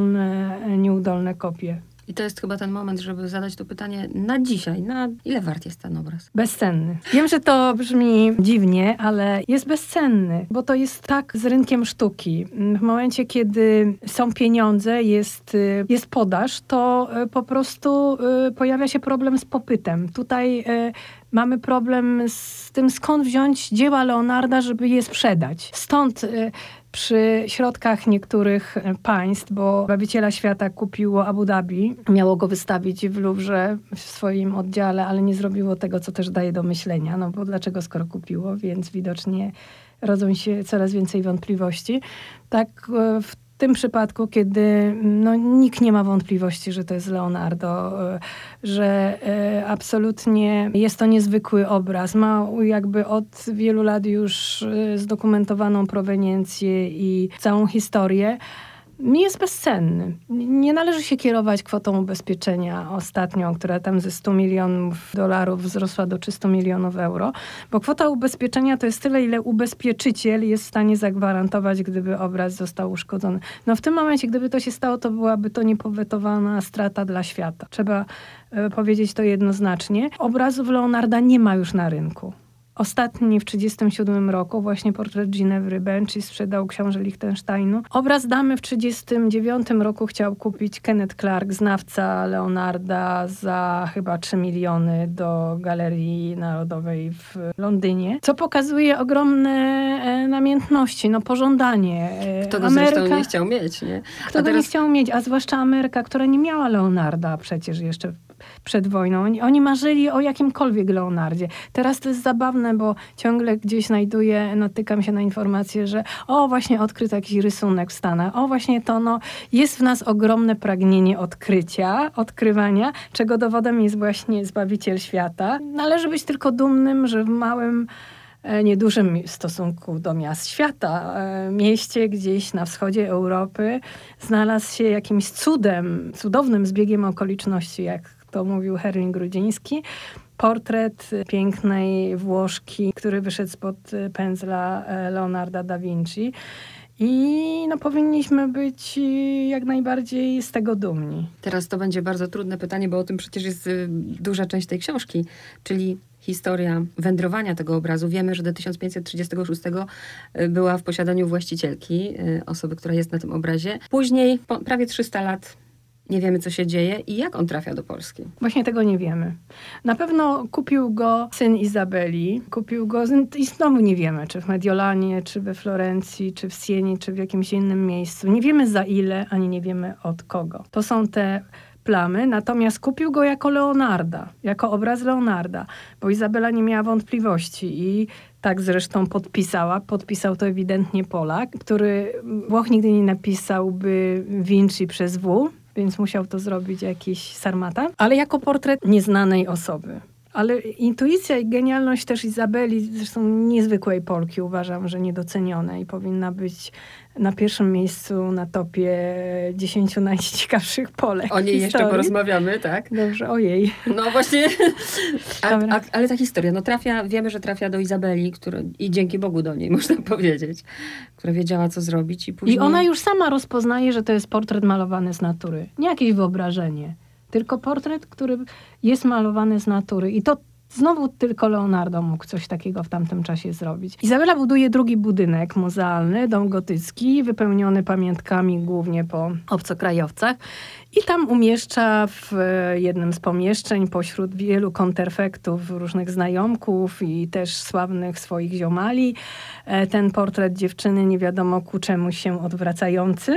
nieudolne kopie. I to jest chyba ten moment, żeby zadać to pytanie na dzisiaj. Na ile wart jest ten obraz? Bezcenny. Wiem, że to brzmi dziwnie, ale jest bezcenny, bo to jest tak z rynkiem sztuki. W momencie, kiedy są pieniądze, jest podaż, to po prostu pojawia się problem z popytem. Tutaj mamy problem z tym, skąd wziąć dzieła Leonarda, żeby je sprzedać. Stąd przy środkach niektórych państw, bo Bawiciela Świata kupiło Abu Dhabi, miało go wystawić w Louvre w swoim oddziale, ale nie zrobiło tego, co też daje do myślenia. No bo dlaczego, skoro kupiło? Więc widocznie rodzą się coraz więcej wątpliwości. Tak w tym przypadku, kiedy nikt nie ma wątpliwości, że to jest Leonardo, że absolutnie jest to niezwykły obraz. Ma jakby od wielu lat już zdokumentowaną proweniencję i całą historię. Jest bezcenny. Nie należy się kierować kwotą ubezpieczenia ostatnią, która tam ze $100 milionów wzrosła do 300 milionów euro, bo kwota ubezpieczenia to jest tyle, ile ubezpieczyciel jest w stanie zagwarantować, gdyby obraz został uszkodzony. No w tym momencie, gdyby to się stało, to byłaby to niepowetowana strata dla świata. Trzeba powiedzieć to jednoznacznie. Obrazów Leonarda nie ma już na rynku. Ostatni w 1937 roku właśnie portret Ginevry Benci sprzedał książę Liechtensteinu. Obraz damy w 1939 roku chciał kupić Kenneth Clark, znawca Leonarda, za chyba 3 miliony do Galerii Narodowej w Londynie, co pokazuje ogromne namiętności, pożądanie. Kto go zresztą nie chciał mieć, nie? Kto go nie chciał mieć, a zwłaszcza Ameryka, która nie miała Leonarda przecież jeszcze przed wojną. Oni marzyli o jakimkolwiek Leonardzie. Teraz to jest zabawne, bo ciągle gdzieś natykam się na informację, że właśnie odkryto jakiś rysunek w Stanach. Właśnie to, jest w nas ogromne pragnienie odkrywania, czego dowodem jest właśnie Zbawiciel Świata. Należy być tylko dumnym, że w małym, niedużym w stosunku do miast świata, mieście gdzieś na wschodzie Europy znalazł się jakimś cudownym zbiegiem okoliczności, jak to mówił Herling-Grudziński, portret pięknej Włoszki, który wyszedł spod pędzla Leonarda da Vinci. I powinniśmy być jak najbardziej z tego dumni. Teraz to będzie bardzo trudne pytanie, bo o tym przecież jest duża część tej książki, czyli historia wędrowania tego obrazu. Wiemy, że do 1536 była w posiadaniu właścicielki, osoby, która jest na tym obrazie. Później, prawie 300 lat, nie wiemy, co się dzieje i jak on trafia do Polski. Właśnie tego nie wiemy. Na pewno kupił go syn Izabeli. Kupił go i znowu nie wiemy, czy w Mediolanie, czy we Florencji, czy w Sieni, czy w jakimś innym miejscu. Nie wiemy za ile, ani nie wiemy od kogo. To są te plamy, natomiast kupił go jako Leonarda, jako obraz Leonarda, bo Izabela nie miała wątpliwości i tak zresztą podpisał to ewidentnie Polak, który Włoch nigdy nie napisałby Vinci przez W, więc musiał to zrobić jakiś Sarmata, ale jako portret nieznanej osoby. Ale intuicja i genialność też Izabeli, zresztą niezwykłej Polki, uważam, że niedocenione i powinna być na pierwszym miejscu na topie 10 najciekawszych Polek o niej historii. Jeszcze porozmawiamy, tak? Dobrze, ojej. No właśnie, ale ta historia, wiemy, że trafia do Izabeli, i dzięki Bogu do niej, można powiedzieć, która wiedziała, co zrobić. I ona już sama rozpoznaje, że to jest portret malowany z natury. Nie jakieś wyobrażenie, tylko portret, który jest malowany z natury. I to znowu tylko Leonardo mógł coś takiego w tamtym czasie zrobić. Izabela buduje drugi budynek muzealny, dom gotycki, wypełniony pamiątkami głównie po obcokrajowcach. I tam umieszcza w jednym z pomieszczeń pośród wielu konterfektów różnych znajomków i też sławnych swoich ziomali ten portret dziewczyny nie wiadomo ku czemu się odwracający.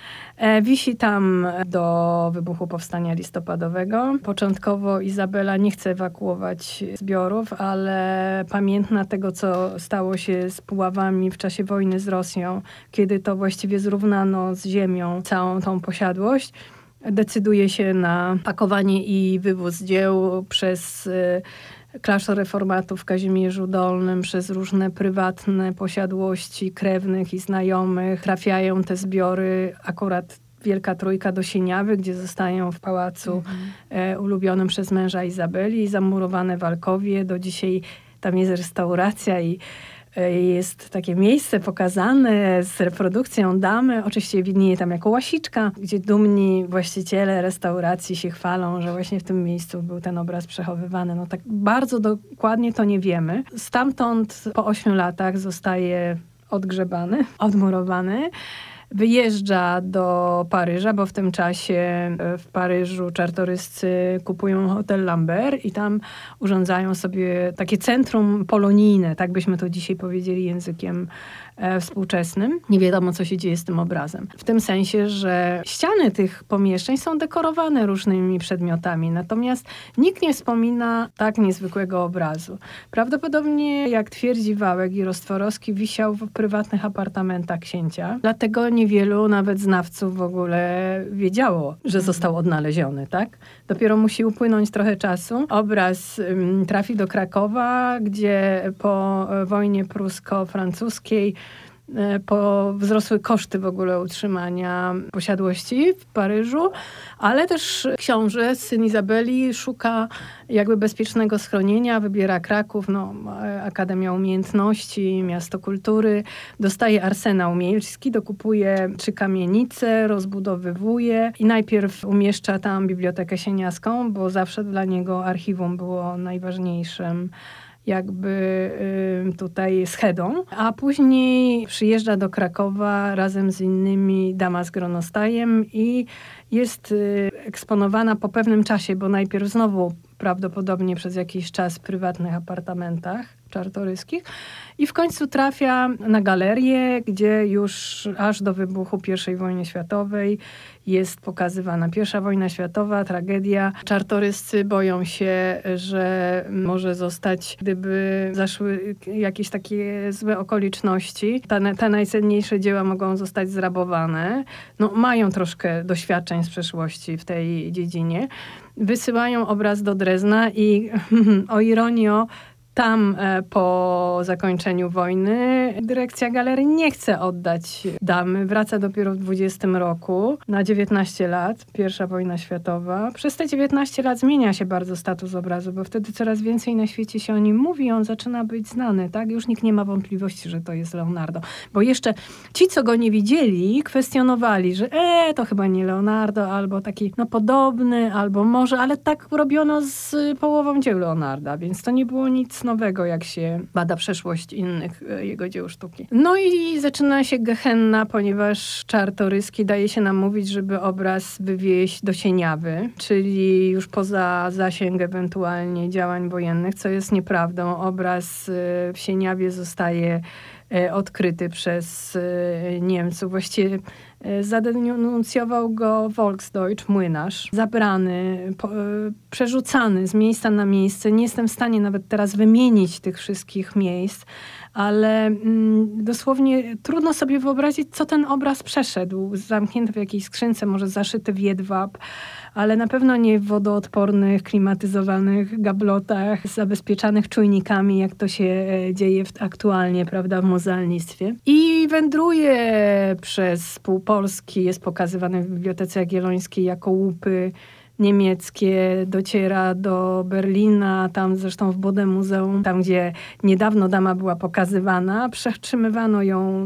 Wisi tam do wybuchu powstania listopadowego. Początkowo Izabela nie chce ewakuować zbiorów, ale pamiętna tego, co stało się z Puławami w czasie wojny z Rosją, kiedy to właściwie zrównano z ziemią całą tą posiadłość, decyduje się na pakowanie i wywóz dzieł przez klasztor reformatów w Kazimierzu Dolnym, przez różne prywatne posiadłości krewnych i znajomych. Trafiają te zbiory akurat Wielka Trójka do Sieniawy, gdzie zostają w pałacu ulubionym przez męża Izabeli, zamurowane w alkowie. Do dzisiaj tam jest restauracja i jest takie miejsce pokazane z reprodukcją damy. Oczywiście widnieje tam jako łasiczka, gdzie dumni właściciele restauracji się chwalą, że właśnie w tym miejscu był ten obraz przechowywany. No tak bardzo dokładnie to nie wiemy. Stamtąd po 8 latach zostaje odgrzebany, odmurowany. Wyjeżdża do Paryża, bo w tym czasie w Paryżu czartoryscy kupują hotel Lambert i tam urządzają sobie takie centrum polonijne, tak byśmy to dzisiaj powiedzieli językiem współczesnym. Nie wiadomo, co się dzieje z tym obrazem. W tym sensie, że ściany tych pomieszczeń są dekorowane różnymi przedmiotami, natomiast nikt nie wspomina tak niezwykłego obrazu. Prawdopodobnie, jak twierdzi Wałek i Rostworowski, wisiał w prywatnych apartamentach księcia. Dlatego niewielu nawet znawców w ogóle wiedziało, że został odnaleziony, tak? Dopiero musi upłynąć trochę czasu. Obraz trafi do Krakowa, gdzie po wojnie prusko-francuskiej wzrosły koszty w ogóle utrzymania posiadłości w Paryżu, ale też książę, syn Izabeli, szuka jakby bezpiecznego schronienia, wybiera Kraków, Akademia Umiejętności, Miasto Kultury, dostaje arsenał miejski, dokupuje 3 kamienice, rozbudowywuje i najpierw umieszcza tam Bibliotekę Sieniawską, bo zawsze dla niego archiwum było najważniejszym jakby tutaj schedą, a później przyjeżdża do Krakowa razem z innymi dama z Gronostajem i jest eksponowana po pewnym czasie, bo najpierw znowu prawdopodobnie przez jakiś czas w prywatnych apartamentach czartoryskich i w końcu trafia na galerię, gdzie już aż do wybuchu I wojny światowej jest pokazywana I wojna światowa, tragedia. Czartoryscy boją się, że może zostać, gdyby zaszły jakieś takie złe okoliczności. Te najcenniejsze dzieła mogą zostać zrabowane. Mają troszkę doświadczeń z przeszłości w tej dziedzinie. Wysyłają obraz do Drezna i o ironio, Tam po zakończeniu wojny dyrekcja galerii nie chce oddać damy. Wraca dopiero w 20 roku na 19 lat, I wojna światowa. Przez te 19 lat zmienia się bardzo status obrazu, bo wtedy coraz więcej na świecie się o nim mówi, on zaczyna być znany, tak? Już nikt nie ma wątpliwości, że to jest Leonardo. Bo jeszcze ci, co go nie widzieli, kwestionowali, że to chyba nie Leonardo, albo taki podobny, albo może, ale tak robiono z połową dzieł Leonarda, więc to nie było nic nowego, jak się bada przeszłość innych jego dzieł sztuki. No i zaczyna się gehenna, ponieważ Czartoryski daje się nam mówić, żeby obraz wywieźć do Sieniawy, czyli już poza zasięg ewentualnie działań wojennych, co jest nieprawdą. Obraz w Sieniawie zostaje odkryty przez Niemców. Właściwie zadenuncjował go Volksdeutsch, młynarz, zabrany, przerzucany z miejsca na miejsce. Nie jestem w stanie nawet teraz wymienić tych wszystkich miejsc, ale dosłownie trudno sobie wyobrazić, co ten obraz przeszedł. Zamknięty w jakiejś skrzynce, może zaszyty w jedwab, ale na pewno nie w wodoodpornych, klimatyzowanych gablotach, zabezpieczanych czujnikami, jak to się dzieje aktualnie, prawda, w muzealnictwie. I wędruje przez pół Polski, jest pokazywany w Bibliotece Jagiellońskiej jako łupy niemieckie, dociera do Berlina, tam zresztą w Bode-Muzeum, tam gdzie niedawno dama była pokazywana, przetrzymywano ją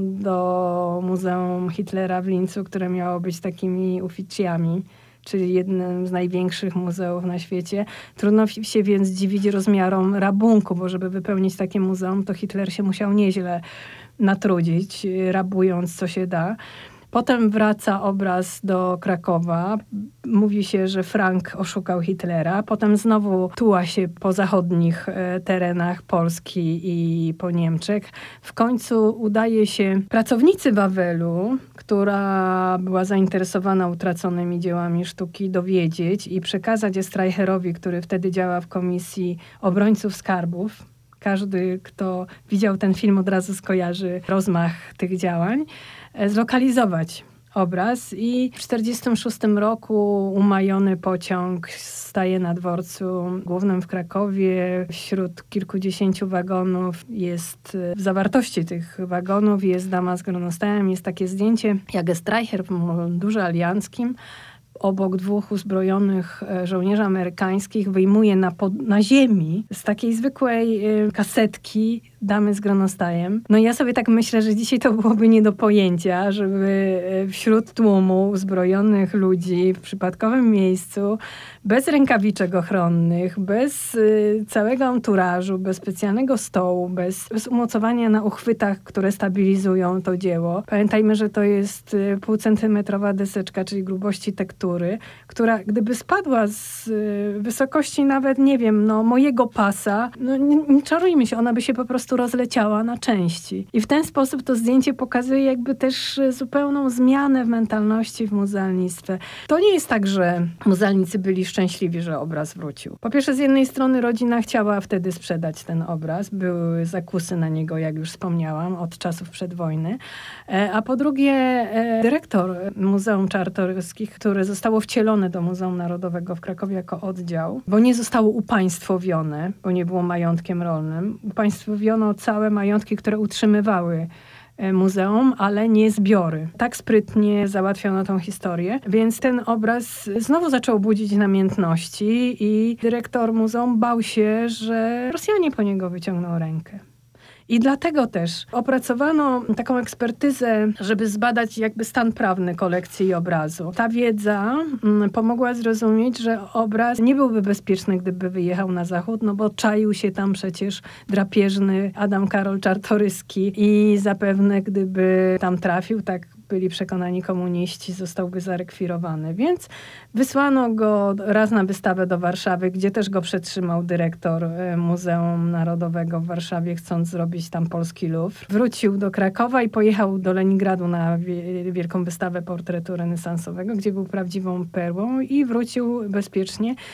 do Muzeum Hitlera w Lincu, które miało być takimi uficjami, czyli jednym z największych muzeów na świecie. Trudno się więc dziwić rozmiarom rabunku, bo żeby wypełnić takie muzeum, to Hitler się musiał nieźle natrudzić, rabując co się da. Potem wraca obraz do Krakowa. Mówi się, że Frank oszukał Hitlera. Potem znowu tuła się po zachodnich terenach Polski i po Niemczech. W końcu udaje się pracownicy Wawelu, która była zainteresowana utraconymi dziełami sztuki, dowiedzieć i przekazać je Streicherowi, który wtedy działa w Komisji Obrońców Skarbów. Każdy, kto widział ten film, od razu skojarzy rozmach tych działań. Zlokalizować obraz i w 1946 roku umajony pociąg staje na dworcu głównym w Krakowie. Wśród kilkudziesięciu wagonów jest, w zawartości tych wagonów jest dama z gronostajem. Jest takie zdjęcie, jak Streicher w mundurze alianckim obok dwóch uzbrojonych żołnierzy amerykańskich wyjmuje na ziemi z takiej zwykłej kasetki damy z gronostajem. No ja sobie tak myślę, że dzisiaj to byłoby nie do pojęcia, żeby wśród tłumu uzbrojonych ludzi w przypadkowym miejscu, bez rękawiczek ochronnych, bez całego anturażu, bez specjalnego stołu, bez umocowania na uchwytach, które stabilizują to dzieło. Pamiętajmy, że to jest półcentymetrowa deseczka, czyli grubości tektury, która gdyby spadła z wysokości nawet, nie wiem, mojego pasa, nie czarujmy się, ona by się po prostu rozleciała na części. I w ten sposób to zdjęcie pokazuje jakby też zupełną zmianę w mentalności w muzealnictwie. To nie jest tak, że muzealnicy byli szczęśliwi, że obraz wrócił. Po pierwsze, z jednej strony rodzina chciała wtedy sprzedać ten obraz. Były zakusy na niego, jak już wspomniałam, od czasów przedwojny. A po drugie, dyrektor Muzeum Czartoryskich, które zostało wcielone do Muzeum Narodowego w Krakowie jako oddział, bo nie zostało upaństwowione, bo nie było majątkiem rolnym. Upaństwowiono całe majątki, które utrzymywały muzeum, ale nie zbiory. Tak sprytnie załatwiono tą historię, więc ten obraz znowu zaczął budzić namiętności i dyrektor muzeum bał się, że Rosjanie po niego wyciągną rękę. I dlatego też opracowano taką ekspertyzę, żeby zbadać jakby stan prawny kolekcji i obrazu. Ta wiedza pomogła zrozumieć, że obraz nie byłby bezpieczny, gdyby wyjechał na zachód, bo czaił się tam przecież drapieżny Adam Karol Czartoryski i zapewne gdyby tam trafił, tak byli przekonani komuniści, zostałby zarekwirowany. Więc wysłano go raz na wystawę do Warszawy, gdzie też go przetrzymał dyrektor Muzeum Narodowego w Warszawie, chcąc zrobić tam polski Louvre. Wrócił do Krakowa i pojechał do Leningradu na wielką wystawę portretu renesansowego, gdzie był prawdziwą perłą i wrócił bezpiecznie.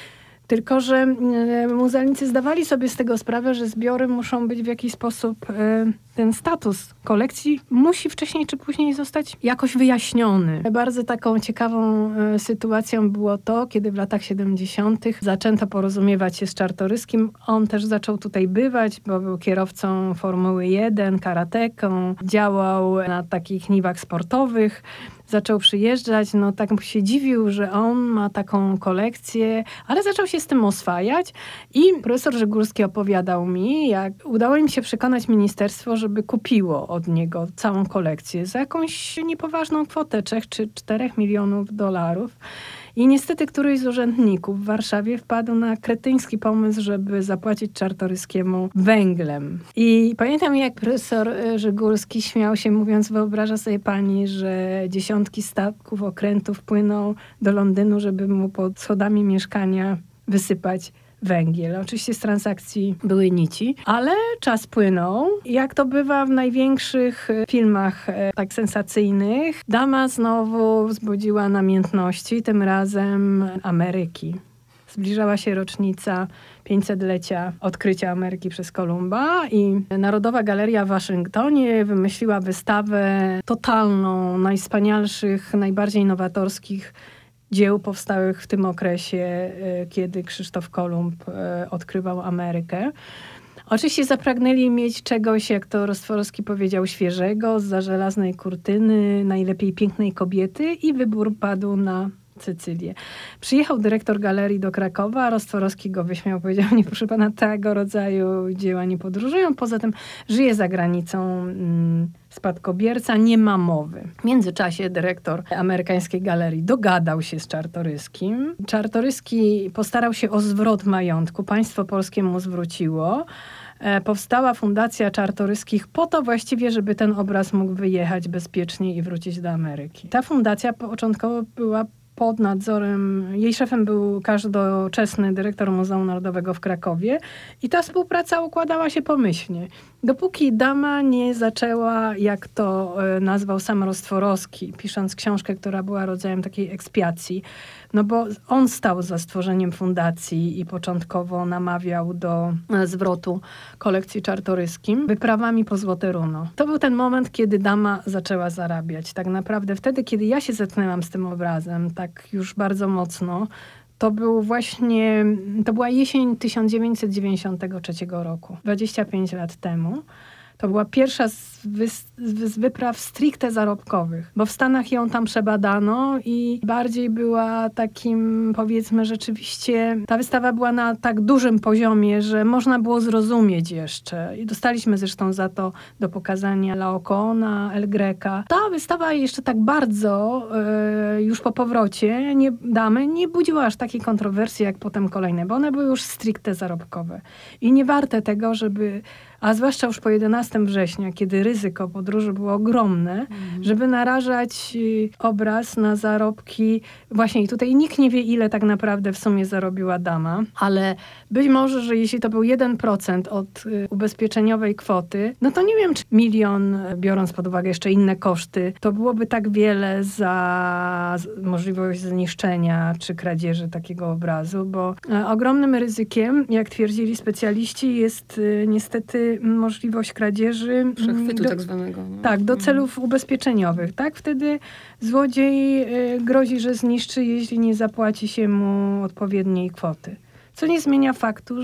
Tylko że muzealnicy zdawali sobie z tego sprawę, że zbiory muszą być w jakiś sposób, ten status kolekcji musi wcześniej czy później zostać jakoś wyjaśniony. Bardzo taką ciekawą sytuacją było to, kiedy w latach 70. zaczęto porozumiewać się z Czartoryskim. On też zaczął tutaj bywać, bo był kierowcą Formuły 1, karateką, działał na takich niwach sportowych. Zaczął przyjeżdżać, no tak mu się dziwił, że on ma taką kolekcję, ale zaczął się z tym oswajać i profesor Żegórski opowiadał mi, jak udało im się przekonać ministerstwo, żeby kupiło od niego całą kolekcję za jakąś niepoważną kwotę 3 czy 4 milionów dolarów. I niestety któryś z urzędników w Warszawie wpadł na kretyński pomysł, żeby zapłacić Czartoryskiemu węglem. I pamiętam, jak profesor Żegórski śmiał się, mówiąc, wyobraża sobie pani, że dziesiątki statków, okrętów płyną do Londynu, żeby mu pod schodami mieszkania wysypać węgiel. Oczywiście z transakcji były nici, ale czas płynął. Jak to bywa w największych filmach tak sensacyjnych, dama znowu wzbudziła namiętności, tym razem Ameryki. Zbliżała się rocznica 500-lecia odkrycia Ameryki przez Kolumba i Narodowa Galeria w Waszyngtonie wymyśliła wystawę totalną, najwspanialszych, najbardziej nowatorskich dzieł powstałych w tym okresie, kiedy Krzysztof Kolumb odkrywał Amerykę. Oczywiście zapragnęli mieć czegoś, jak to Rostworowski powiedział, świeżego, zza żelaznej kurtyny, najlepiej pięknej kobiety i wybór padł na Cecylię. Przyjechał dyrektor galerii do Krakowa, a Rostworowski go wyśmiał, powiedział, nie proszę pana, tego rodzaju dzieła nie podróżują, poza tym żyje za granicą spadkobierca, nie ma mowy. W międzyczasie dyrektor amerykańskiej galerii dogadał się z Czartoryskim. Czartoryski postarał się o zwrot majątku, państwo polskie mu zwróciło. Powstała Fundacja Czartoryskich po to właściwie, żeby ten obraz mógł wyjechać bezpiecznie i wrócić do Ameryki. Ta fundacja początkowo była pod nadzorem, jej szefem był każdoczesny dyrektor Muzeum Narodowego w Krakowie i ta współpraca układała się pomyślnie. Dopóki dama nie zaczęła, jak to nazwał sam Rostworowski, pisząc książkę, która była rodzajem takiej ekspiacji, no bo on stał za stworzeniem fundacji i początkowo namawiał do zwrotu kolekcji Czartoryskim wyprawami po Złote Runo. To był ten moment, kiedy dama zaczęła zarabiać. Tak naprawdę wtedy, kiedy ja się zetknęłam z tym obrazem, tak już bardzo mocno, to była jesień 1993 roku, 25 lat temu. To była pierwsza z wypraw stricte zarobkowych, bo w Stanach ją tam przebadano i bardziej była takim, powiedzmy, rzeczywiście ta wystawa była na tak dużym poziomie, że można było zrozumieć jeszcze. I dostaliśmy zresztą za to do pokazania Laocoona, El Greca. Ta wystawa jeszcze tak bardzo już po powrocie nie budziła aż takiej kontrowersji jak potem kolejne, bo one były już stricte zarobkowe. I nie warte tego, żeby, a zwłaszcza już po 11 września, kiedy ryzyko podróży było ogromne, żeby narażać obraz na zarobki. Właśnie i tutaj nikt nie wie, ile tak naprawdę w sumie zarobiła dama, ale być może, że jeśli to był 1% od ubezpieczeniowej kwoty, no to nie wiem, czy 1 milion, biorąc pod uwagę jeszcze inne koszty, to byłoby tak wiele za możliwość zniszczenia czy kradzieży takiego obrazu, bo ogromnym ryzykiem, jak twierdzili specjaliści, jest niestety możliwość kradzieży. Przechwytu tak zwanego. No. Tak, do celów ubezpieczeniowych. Tak, wtedy złodziej grozi, że zniszczy, jeśli nie zapłaci się mu odpowiedniej kwoty. Co nie zmienia faktu,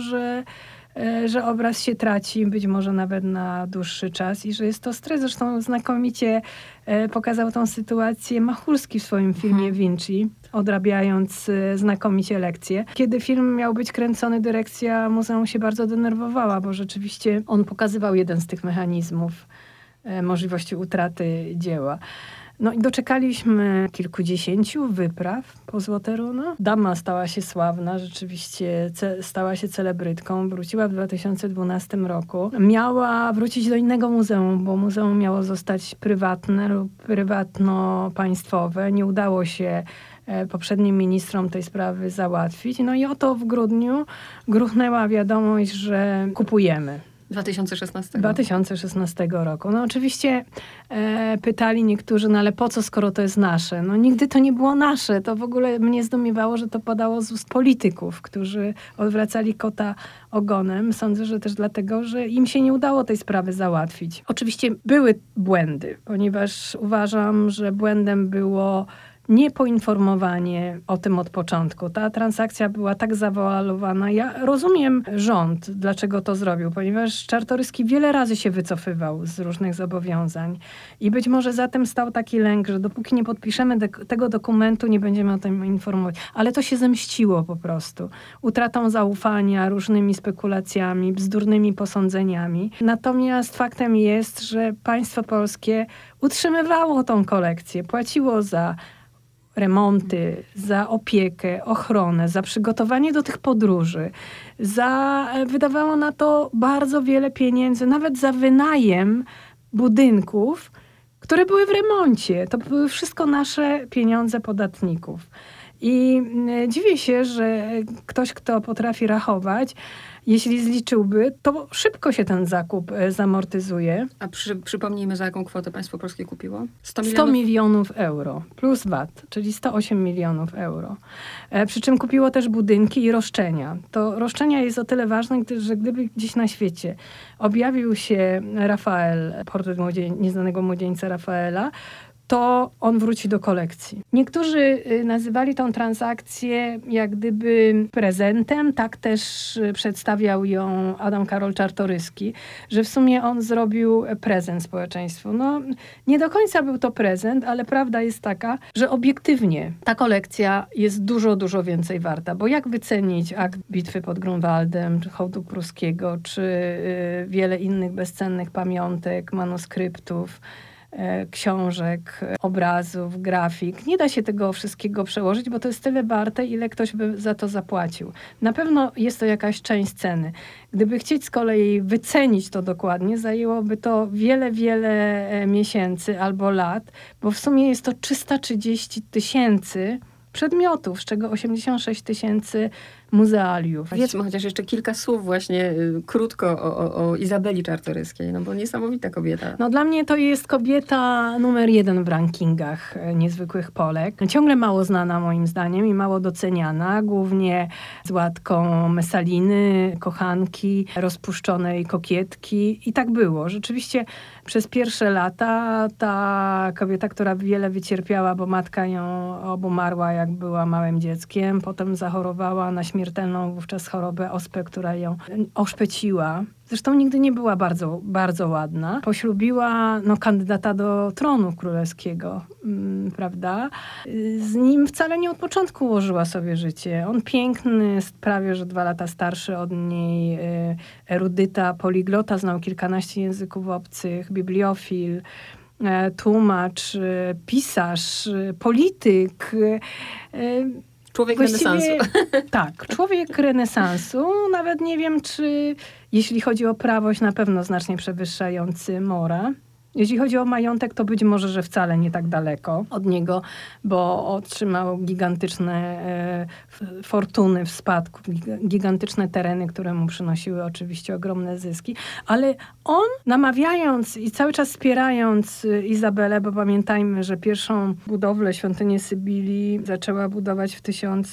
że obraz się traci, być może nawet na dłuższy czas i że jest to stres. Zresztą znakomicie pokazał tą sytuację Machulski w swoim filmie Vinci, odrabiając znakomicie lekcje. Kiedy film miał być kręcony, dyrekcja muzeum się bardzo denerwowała, bo rzeczywiście on pokazywał jeden z tych mechanizmów możliwości utraty dzieła. No i doczekaliśmy kilkudziesięciu wypraw po Złote Runo. Dama stała się sławna, rzeczywiście stała się celebrytką. Wróciła w 2012 roku. Miała wrócić do innego muzeum, bo muzeum miało zostać prywatne lub prywatno-państwowe. Nie udało się poprzednim ministrom tej sprawy załatwić. No i oto w grudniu gruchnęła wiadomość, że kupujemy. 2016 roku. No oczywiście pytali niektórzy, no ale po co, skoro to jest nasze? No nigdy to nie było nasze. To w ogóle mnie zdumiewało, że to padało z ust polityków, którzy odwracali kota ogonem. Sądzę, że też dlatego, że im się nie udało tej sprawy załatwić. Oczywiście były błędy, ponieważ uważam, że błędem było niepoinformowanie o tym od początku. Ta transakcja była tak zawoalowana. Ja rozumiem rząd, dlaczego to zrobił, ponieważ Czartoryski wiele razy się wycofywał z różnych zobowiązań. I być może za tym stał taki lęk, że dopóki nie podpiszemy tego dokumentu, nie będziemy o tym informować. Ale to się zemściło po prostu. Utratą zaufania, różnymi spekulacjami, bzdurnymi posądzeniami. Natomiast faktem jest, że państwo polskie utrzymywało tą kolekcję, płaciło za remonty, za opiekę, ochronę, za przygotowanie do tych podróży, wydawało na to bardzo wiele pieniędzy, nawet za wynajem budynków, które były w remoncie. To były wszystko nasze pieniądze podatników. I dziwię się, że ktoś, kto potrafi rachować, jeśli zliczyłby, to szybko się ten zakup zamortyzuje. A przypomnijmy, za jaką kwotę państwo polskie kupiło? 100 milionów euro plus VAT, czyli 108 milionów euro. Przy czym kupiło też budynki i roszczenia. To roszczenia jest o tyle ważne, że gdyby gdzieś na świecie objawił się Rafael, portret nieznanego młodzieńca Rafaela, to on wróci do kolekcji. Niektórzy nazywali tą transakcję jak gdyby prezentem, tak też przedstawiał ją Adam Karol Czartoryski, że w sumie on zrobił prezent społeczeństwu. No, nie do końca był to prezent, ale prawda jest taka, że obiektywnie ta kolekcja jest dużo, dużo więcej warta, bo jak wycenić akt bitwy pod Grunwaldem, czy hołdu pruskiego, czy wiele innych bezcennych pamiątek, manuskryptów, książek, obrazów, grafik. Nie da się tego wszystkiego przełożyć, bo to jest tyle warte, ile ktoś by za to zapłacił. Na pewno jest to jakaś część ceny. Gdyby chcieć z kolei wycenić to dokładnie, zajęłoby to wiele, wiele miesięcy albo lat, bo w sumie jest to 330 000 przedmiotów, z czego 86 000 muzealiów. Powiedzmy chociaż jeszcze kilka słów właśnie krótko o Izabeli Czartoryskiej, no bo niesamowita kobieta. No dla mnie to jest kobieta numer 1 w rankingach niezwykłych Polek. Ciągle mało znana moim zdaniem i mało doceniana, głównie z łatką Messaliny, kochanki, rozpuszczonej kokietki i tak było. Rzeczywiście przez pierwsze lata ta kobieta, która wiele wycierpiała, bo matka ją obumarła, jak była małym dzieckiem, potem zachorowała na śmiertelną wówczas chorobę ospę, która ją oszpeciła. Zresztą nigdy nie była bardzo, bardzo ładna. Poślubiła kandydata do tronu królewskiego, prawda? Z nim wcale nie od początku ułożyła sobie życie. On piękny, prawie że 2 lata starszy od niej, erudyta, poliglota, znał kilkanaście języków obcych, bibliofil, tłumacz, pisarz, polityk. Człowiek renesansu. Tak, człowiek renesansu. Nawet nie wiem, czy jeśli chodzi o prawość, na pewno znacznie przewyższający Mora. Jeśli chodzi o majątek, to być może, że wcale nie tak daleko od niego, bo otrzymał gigantyczne fortuny w spadku, gigantyczne tereny, które mu przynosiły oczywiście ogromne zyski. Ale on, namawiając i cały czas wspierając Izabelę, bo pamiętajmy, że pierwszą budowlę świątyni Sybilii zaczęła budować w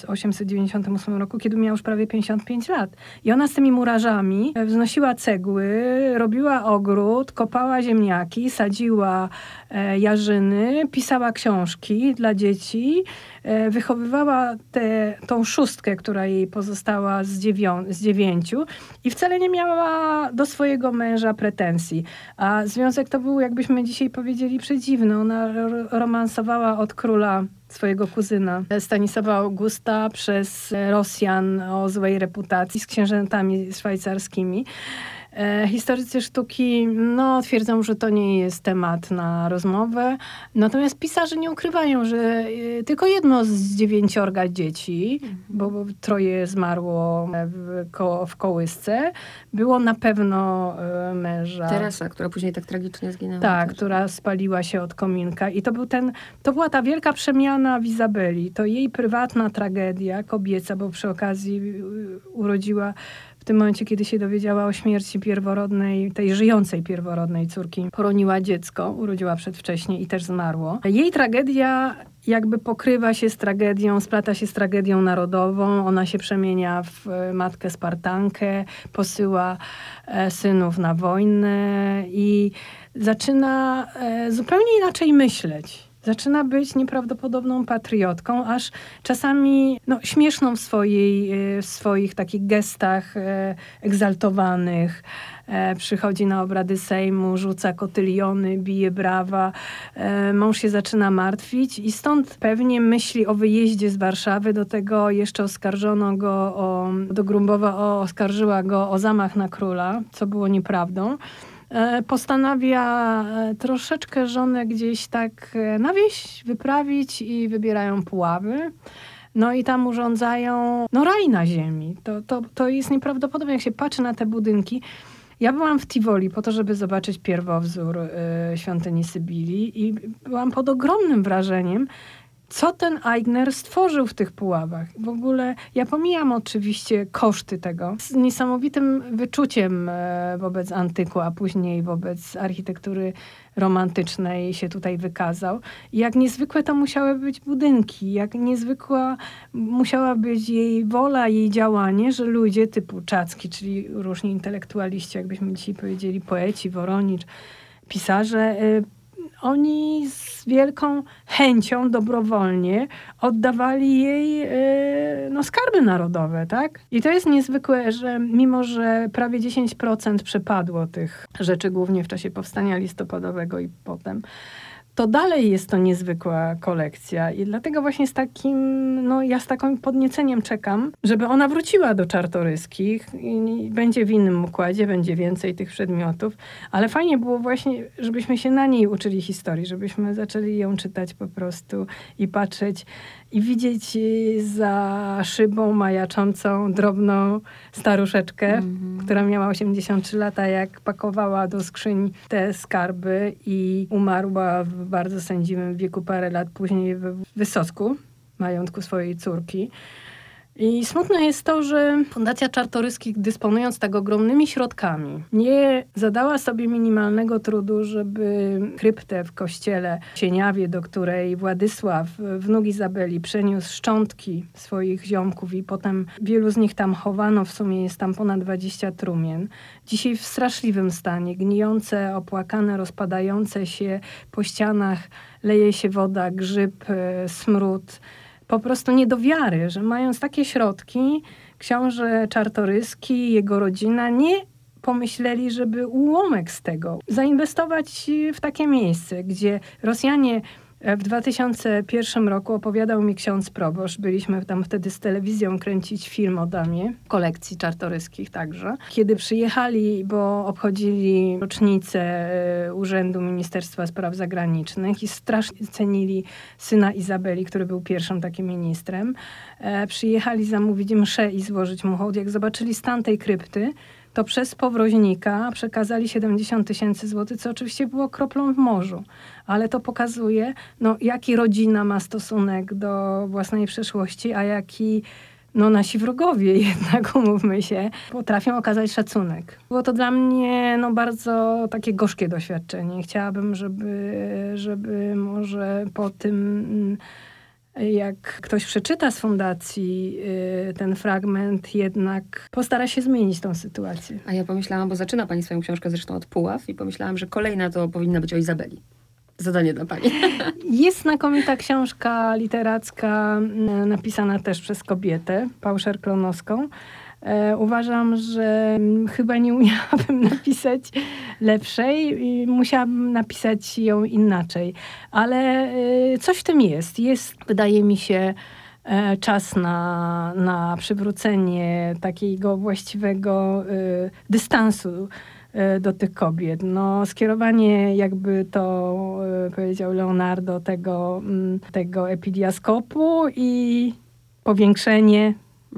1898 roku, kiedy miała już prawie 55 lat. I ona z tymi murarzami wznosiła cegły, robiła ogród, kopała ziemniaki, sadziła jarzyny, pisała książki dla dzieci, wychowywała tą szóstkę, która jej pozostała z 9 i wcale nie miała do swojego męża pretensji. A związek to był, jakbyśmy dzisiaj powiedzieli, przedziwny. Ona romansowała od króla swojego kuzyna Stanisława Augusta przez Rosjan o złej reputacji z księżętami szwajcarskimi. Historycy sztuki twierdzą, że to nie jest temat na rozmowę. Natomiast pisarze nie ukrywają, że tylko jedno z 9 dzieci, bo 3 zmarło w kołysce, było na pewno męża. Teresa, która później tak tragicznie zginęła. Tak, też. która spaliła się od kominka. I to była ta wielka przemiana w Izabeli. To jej prywatna tragedia kobieca, bo przy okazji urodziła w w tym momencie, kiedy się dowiedziała o śmierci pierworodnej, tej żyjącej pierworodnej córki, poroniła dziecko, urodziła przedwcześnie i też zmarło. Jej tragedia jakby pokrywa się z tragedią, splata się z tragedią narodową. Ona się przemienia w matkę Spartankę, posyła synów na wojnę i zaczyna zupełnie inaczej myśleć. Zaczyna być nieprawdopodobną patriotką, aż czasami śmieszną w swoich takich gestach egzaltowanych. Przychodzi na obrady Sejmu, rzuca kotyliony, bije brawa. Mąż się zaczyna martwić i stąd pewnie myśli o wyjeździe z Warszawy. Do tego jeszcze oskarżono go do Grumbowa oskarżyła go o zamach na króla, co było nieprawdą. Postanawia troszeczkę żonę gdzieś tak na wieś wyprawić i wybierają Puławy. No i tam urządzają raj na ziemi. To jest nieprawdopodobne, jak się patrzy na te budynki. Ja byłam w Tivoli po to, żeby zobaczyć pierwowzór świątyni Sybilii i byłam pod ogromnym wrażeniem, co ten Aigner stworzył w tych Puławach. W ogóle ja pomijam oczywiście koszty tego. Z niesamowitym wyczuciem wobec antyku, a później wobec architektury romantycznej się tutaj wykazał. I jak niezwykłe to musiały być budynki, jak niezwykła musiała być jej wola, jej działanie, że ludzie typu Czacki, czyli różni intelektualiści, jakbyśmy dzisiaj powiedzieli, poeci, Woronicz, pisarze, oni z wielką chęcią dobrowolnie oddawali jej skarby narodowe, tak? I to jest niezwykłe, że mimo, że prawie 10% przepadło tych rzeczy, głównie w czasie powstania listopadowego i potem, to dalej jest to niezwykła kolekcja i dlatego właśnie ja z takim podnieceniem czekam, żeby ona wróciła do Czartoryskich i będzie w innym układzie, będzie więcej tych przedmiotów, ale fajnie było właśnie, żebyśmy się na niej uczyli historii, żebyśmy zaczęli ją czytać po prostu i patrzeć i widzieć za szybą majaczącą drobną staruszeczkę, która miała 83 lata, jak pakowała do skrzyń te skarby i umarła w bardzo sędziwym wieku, parę lat później w Wysocku, majątku swojej córki. I smutne jest to, że Fundacja Czartoryskich, dysponując tak ogromnymi środkami, nie zadała sobie minimalnego trudu, żeby kryptę w kościele w Sieniawie, do której Władysław, wnuk Izabeli, przeniósł szczątki swoich ziomków i potem wielu z nich tam chowano, w sumie jest tam ponad 20 trumien. Dzisiaj w straszliwym stanie, gnijące, opłakane, rozpadające się, po ścianach leje się woda, grzyb, smród. Po prostu nie do wiary, że mając takie środki, książę Czartoryski, jego rodzina nie pomyśleli, żeby ułamek z tego zainwestować w takie miejsce, gdzie Rosjanie w 2001 roku opowiadał mi ksiądz proboszcz. Byliśmy tam wtedy z telewizją kręcić film o damie, kolekcji Czartoryskich także. Kiedy przyjechali, bo obchodzili rocznicę Urzędu Ministerstwa Spraw Zagranicznych i strasznie cenili syna Izabeli, który był pierwszym takim ministrem, przyjechali zamówić mszę i złożyć mu hołd. Jak zobaczyli stan tej krypty, to przez powroźnika przekazali 70 000 złotych, co oczywiście było kroplą w morzu. Ale to pokazuje, jaki rodzina ma stosunek do własnej przeszłości, a jaki nasi wrogowie jednak, umówmy się, potrafią okazać szacunek. Było to dla mnie bardzo takie gorzkie doświadczenie. Chciałabym, żeby może po tym, jak ktoś przeczyta z fundacji ten fragment, jednak postara się zmienić tą sytuację. A ja pomyślałam, bo zaczyna pani swoją książkę zresztą od Puław i pomyślałam, że kolejna to powinna być o Izabeli. Zadanie dla pani. Jest znakomita książka literacka, napisana też przez kobietę, Pałszer Klonowską. Uważam, że chyba nie umiałabym napisać lepszej i musiałabym napisać ją inaczej. Ale coś w tym jest. Wydaje mi się, czas na przywrócenie takiego właściwego dystansu do tych kobiet. Skierowanie, jakby to powiedział Leonardo, tego epidiaskopu i powiększenie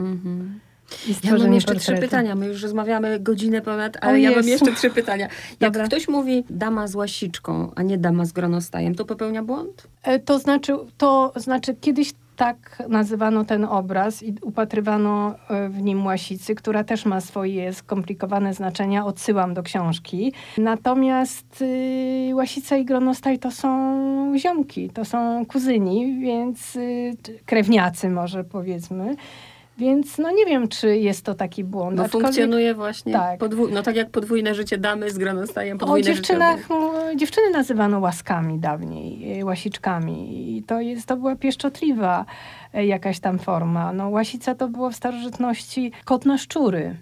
Ja mam jeszcze 3 pytania. My już rozmawiamy godzinę ponad, ale ja mam jeszcze 3 pytania. Jak ktoś mówi dama z łasiczką, a nie dama z gronostajem, to popełnia błąd? To znaczy kiedyś tak nazywano ten obraz i upatrywano w nim łasicy, która też ma swoje skomplikowane znaczenia. Odsyłam do książki. Natomiast łasica i gronostaj to są ziomki, to są kuzyni, więc krewniacy może powiedzmy. Więc no nie wiem, czy jest to taki błąd. Bo funkcjonuje właśnie tak. Tak jak podwójne życie damy z gronostajem, podwójne życie. Dziewczyny nazywano łaskami dawniej, łasiczkami. I to była pieszczotliwa jakaś tam forma. No, łasica to było w starożytności kot na szczury.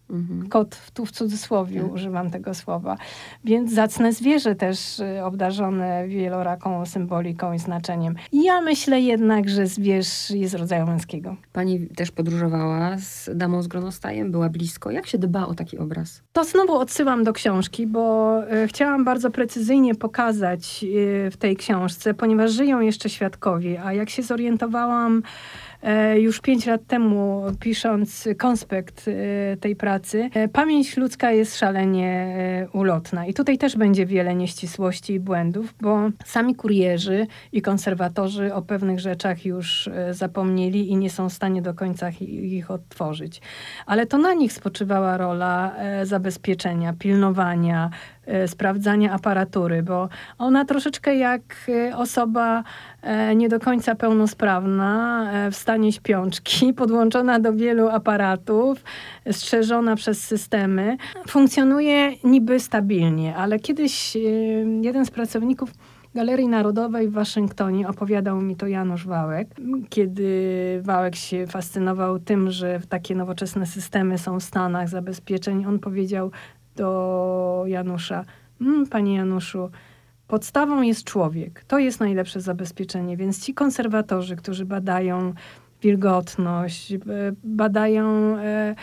Kot, tu w cudzysłowie używam tego słowa. Więc zacne zwierzę też obdarzone wieloraką symboliką i znaczeniem. Ja myślę jednak, że zwierz jest rodzaju męskiego. Pani też podróżowała z damą z gronostajem, była blisko. Jak się dba o taki obraz? To znowu odsyłam do książki, bo chciałam bardzo precyzyjnie pokazać w tej książce, ponieważ żyją jeszcze świadkowie, a jak się zorientowałam już 5 lat temu, pisząc konspekt tej pracy, pamięć ludzka jest szalenie ulotna. I tutaj też będzie wiele nieścisłości i błędów, bo sami kurierzy i konserwatorzy o pewnych rzeczach już zapomnieli i nie są w stanie do końca ich odtworzyć. Ale to na nich spoczywała rola zabezpieczenia, pilnowania, sprawdzania aparatury, bo ona troszeczkę jak osoba nie do końca pełnosprawna, w stanie śpiączki, podłączona do wielu aparatów, strzeżona przez systemy, funkcjonuje niby stabilnie, ale kiedyś jeden z pracowników Galerii Narodowej w Waszyngtonie opowiadał mi to Janusz Wałek, kiedy Wałek się fascynował tym, że takie nowoczesne systemy są w Stanach zabezpieczeń. On powiedział do Janusza: Panie Januszu, podstawą jest człowiek. To jest najlepsze zabezpieczenie. Więc ci konserwatorzy, którzy badają wilgotność, badają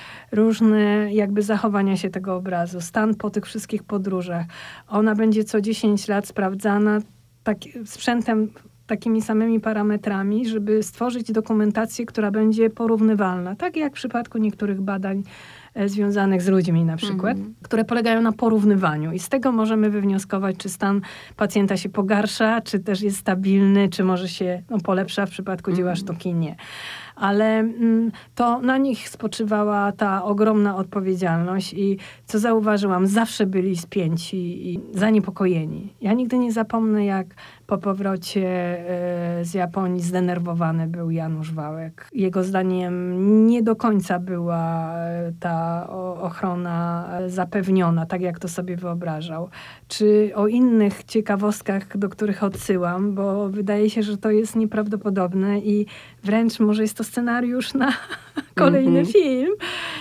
różne jakby zachowania się tego obrazu, stan po tych wszystkich podróżach. Ona będzie co 10 lat sprawdzana sprzętem, takimi samymi parametrami, żeby stworzyć dokumentację, która będzie porównywalna. Tak jak w przypadku niektórych badań związanych z ludźmi na przykład, które polegają na porównywaniu. I z tego możemy wywnioskować, czy stan pacjenta się pogarsza, czy też jest stabilny, czy może się polepsza, w przypadku dzieła sztuki nie. Ale to na nich spoczywała ta ogromna odpowiedzialność i co zauważyłam, zawsze byli spięci i zaniepokojeni. Ja nigdy nie zapomnę, jak po powrocie z Japonii zdenerwowany był Janusz Wałek. Jego zdaniem nie do końca była ta ochrona zapewniona, tak jak to sobie wyobrażał. Czy o innych ciekawostkach, do których odsyłam, bo wydaje się, że to jest nieprawdopodobne i wręcz może jest to scenariusz na kolejny film.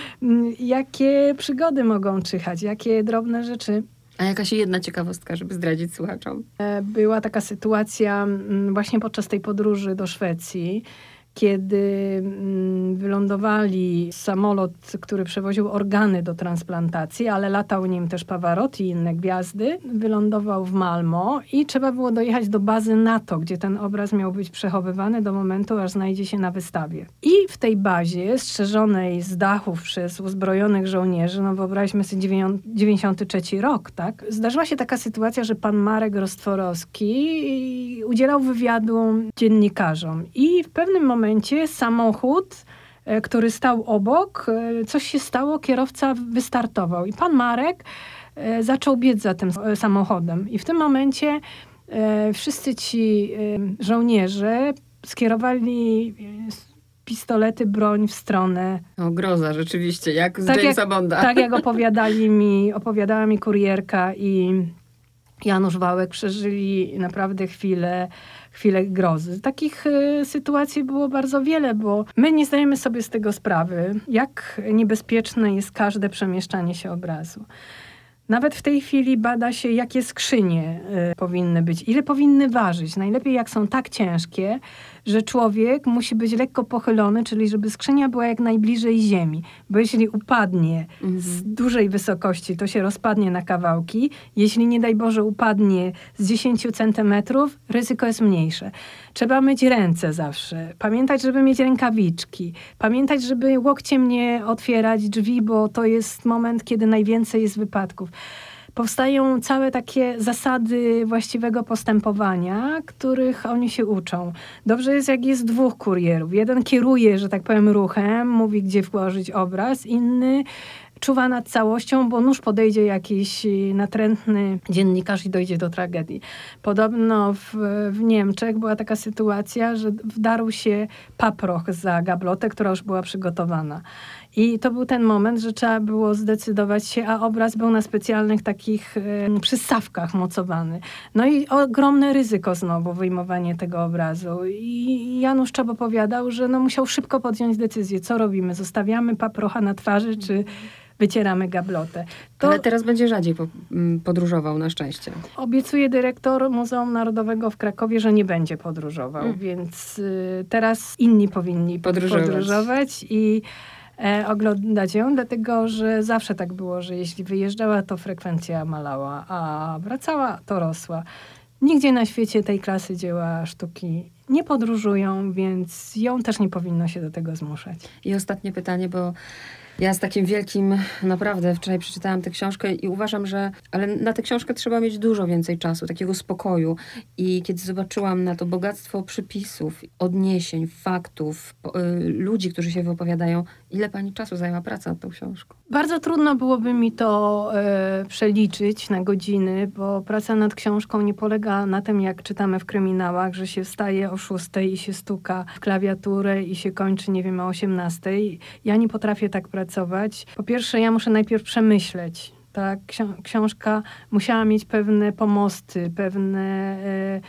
Jakie przygody mogą czyhać, jakie drobne rzeczy. A jakaś jedna ciekawostka, żeby zdradzić słuchaczom? Była taka sytuacja właśnie podczas tej podróży do Szwecji, kiedy wylądowali samolot, który przewoził organy do transplantacji, ale latał nim też Pavarotti i inne gwiazdy, wylądował w Malmo i trzeba było dojechać do bazy NATO, gdzie ten obraz miał być przechowywany do momentu, aż znajdzie się na wystawie. I w tej bazie, strzeżonej z dachów przez uzbrojonych żołnierzy, wyobraźmy sobie 93 rok, tak? Zdarzyła się taka sytuacja, że pan Marek Rostworowski udzielał wywiadu dziennikarzom i w pewnym momencie samochód, który stał obok, coś się stało, kierowca wystartował i pan Marek zaczął biec za tym samochodem. I w tym momencie wszyscy ci żołnierze skierowali pistolety, broń w stronę... O, groza, rzeczywiście, jak z Jamesa Bonda. Tak jak opowiadała mi kurierka i Janusz Wałek, przeżyli naprawdę chwilę grozy. Takich sytuacji było bardzo wiele, bo my nie zdajemy sobie z tego sprawy, jak niebezpieczne jest każde przemieszczanie się obrazu. Nawet w tej chwili bada się, jakie skrzynie powinny być, ile powinny ważyć. Najlepiej, jak są tak ciężkie, że człowiek musi być lekko pochylony, czyli żeby skrzynia była jak najbliżej ziemi. Bo jeśli upadnie z dużej wysokości, to się rozpadnie na kawałki. Jeśli, nie daj Boże, upadnie z 10 centymetrów, ryzyko jest mniejsze. Trzeba myć ręce zawsze. Pamiętać, żeby mieć rękawiczki. Pamiętać, żeby łokciem nie otwierać drzwi, bo to jest moment, kiedy najwięcej jest wypadków. powstają całe takie zasady właściwego postępowania, których oni się uczą. Dobrze jest, jak jest dwóch kurierów. Jeden kieruje, że tak powiem, ruchem, mówi, gdzie włożyć obraz, inny czuwa nad całością, bo nuż podejdzie jakiś natrętny dziennikarz i dojdzie do tragedii. Podobno w Niemczech była taka sytuacja, że wdarł się paproch za gablotę, która już była przygotowana. I to był ten moment, że trzeba było zdecydować się, a obraz był na specjalnych takich przystawkach mocowany. No i ogromne ryzyko znowu wyjmowanie tego obrazu. I Janusz Czop opowiadał, że musiał szybko podjąć decyzję, co robimy. Zostawiamy paprocha na twarzy, czy wycieramy gablotę. Ale teraz będzie rzadziej podróżował, na szczęście. Obiecuje dyrektor Muzeum Narodowego w Krakowie, że nie będzie podróżował, więc teraz inni powinni podróżować i oglądać ją, dlatego że zawsze tak było, że jeśli wyjeżdżała, to frekwencja malała, a wracała, to rosła. Nigdzie na świecie tej klasy dzieła sztuki nie podróżują, więc ją też nie powinno się do tego zmuszać. I ostatnie pytanie, bo ja z takim wielkim, naprawdę wczoraj przeczytałam tę książkę i uważam, że ale na tę książkę trzeba mieć dużo więcej czasu, takiego spokoju. I kiedy zobaczyłam na to bogactwo przypisów, odniesień, faktów, ludzi, którzy się wypowiadają, ile pani czasu zajęła praca nad tą książką? Bardzo trudno byłoby mi to przeliczyć na godziny, bo praca nad książką nie polega na tym, jak czytamy w kryminałach, że się wstaje o 6:00 i się stuka w klawiaturę i się kończy, nie wiem, o 18:00. Ja nie potrafię tak pracować. Po pierwsze, ja muszę najpierw przemyśleć. Ta książka musiała mieć pewne pomosty, pewne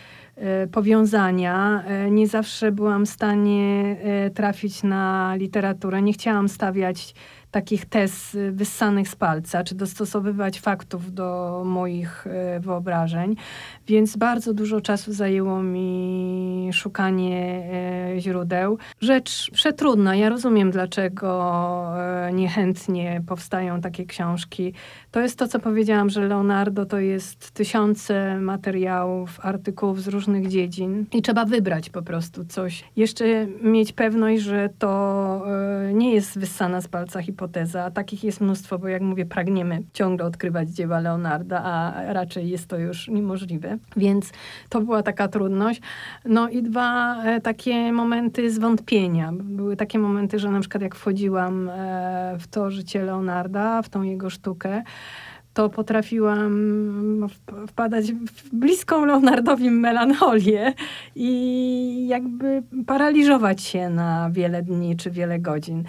powiązania. Nie zawsze byłam w stanie trafić na literaturę. Nie chciałam stawiać takich tez wyssanych z palca, czy dostosowywać faktów do moich wyobrażeń. Więc bardzo dużo czasu zajęło mi szukanie źródeł. Rzecz przetrudna. Ja rozumiem, dlaczego niechętnie powstają takie książki. To jest to, co powiedziałam, że Leonardo to jest tysiące materiałów, artykułów z różnych dziedzin i trzeba wybrać po prostu coś. Jeszcze mieć pewność, że to nie jest wyssana z palca hipoteza. Takich jest mnóstwo, bo jak mówię, pragniemy ciągle odkrywać dzieła Leonarda, a raczej jest to już niemożliwe. Więc to była taka trudność. No i dwa takie momenty zwątpienia. Były takie momenty, że na przykład jak wchodziłam w to życie Leonarda, w tą jego sztukę, to potrafiłam wpadać w bliską Leonardowi melancholię i jakby paraliżować się na wiele dni czy wiele godzin.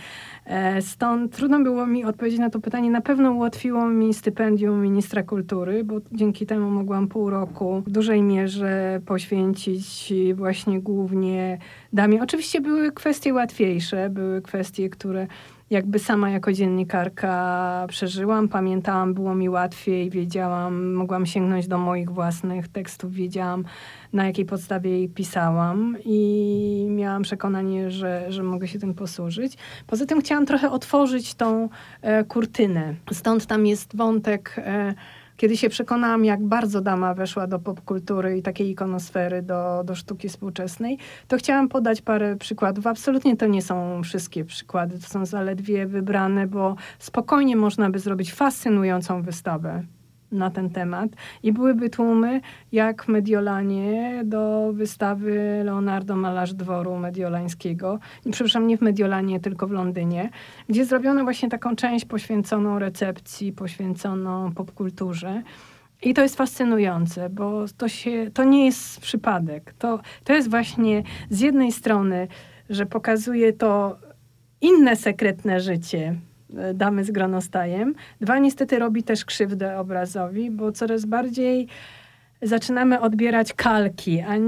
Stąd trudno było mi odpowiedzieć na to pytanie. Na pewno ułatwiło mi stypendium ministra kultury, bo dzięki temu mogłam pół roku w dużej mierze poświęcić właśnie głównie damie. Oczywiście były kwestie łatwiejsze, były kwestie, które jakby sama jako dziennikarka przeżyłam, pamiętałam, było mi łatwiej, wiedziałam, mogłam sięgnąć do moich własnych tekstów, wiedziałam, na jakiej podstawie jej pisałam i miałam przekonanie, że mogę się tym posłużyć. Poza tym chciałam trochę otworzyć tą kurtynę. Stąd tam jest wątek, kiedy się przekonałam, jak bardzo dama weszła do popkultury i takiej ikonosfery, do sztuki współczesnej, to chciałam podać parę przykładów. Absolutnie to nie są wszystkie przykłady, to są zaledwie wybrane, bo spokojnie można by zrobić fascynującą wystawę na ten temat. I byłyby tłumy, jak w Mediolanie, do wystawy Leonardo Malarz Dworu Mediolańskiego. Przepraszam, nie w Mediolanie, tylko w Londynie, gdzie zrobiono właśnie taką część poświęconą recepcji, poświęconą popkulturze. I to jest fascynujące, bo to nie jest przypadek. To jest właśnie z jednej strony, że pokazuje to inne sekretne życie damy z gronostajem. Dwa, niestety robi też krzywdę obrazowi, bo coraz bardziej zaczynamy odbierać kalki, a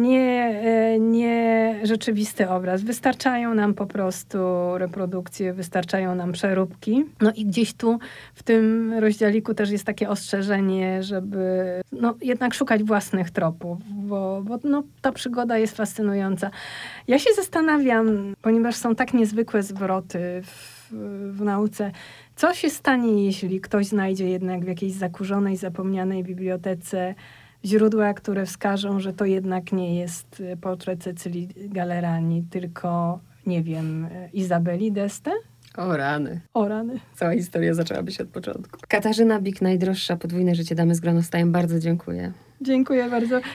nie rzeczywisty obraz. Wystarczają nam po prostu reprodukcje, wystarczają nam przeróbki. No i gdzieś tu w tym rozdziałiku też jest takie ostrzeżenie, żeby jednak szukać własnych tropów, bo ta przygoda jest fascynująca. Ja się zastanawiam, ponieważ są tak niezwykłe zwroty w nauce, co się stanie, jeśli ktoś znajdzie jednak w jakiejś zakurzonej, zapomnianej bibliotece źródła, które wskażą, że to jednak nie jest portret Cecylii Gallerani, tylko, nie wiem, Izabeli d'Este? O rany. O rany. Cała historia zaczęłaby się od początku. Katarzyna Bik, najdroższa, podwójne życie damy z Gronostajem. Bardzo dziękuję. Dziękuję bardzo.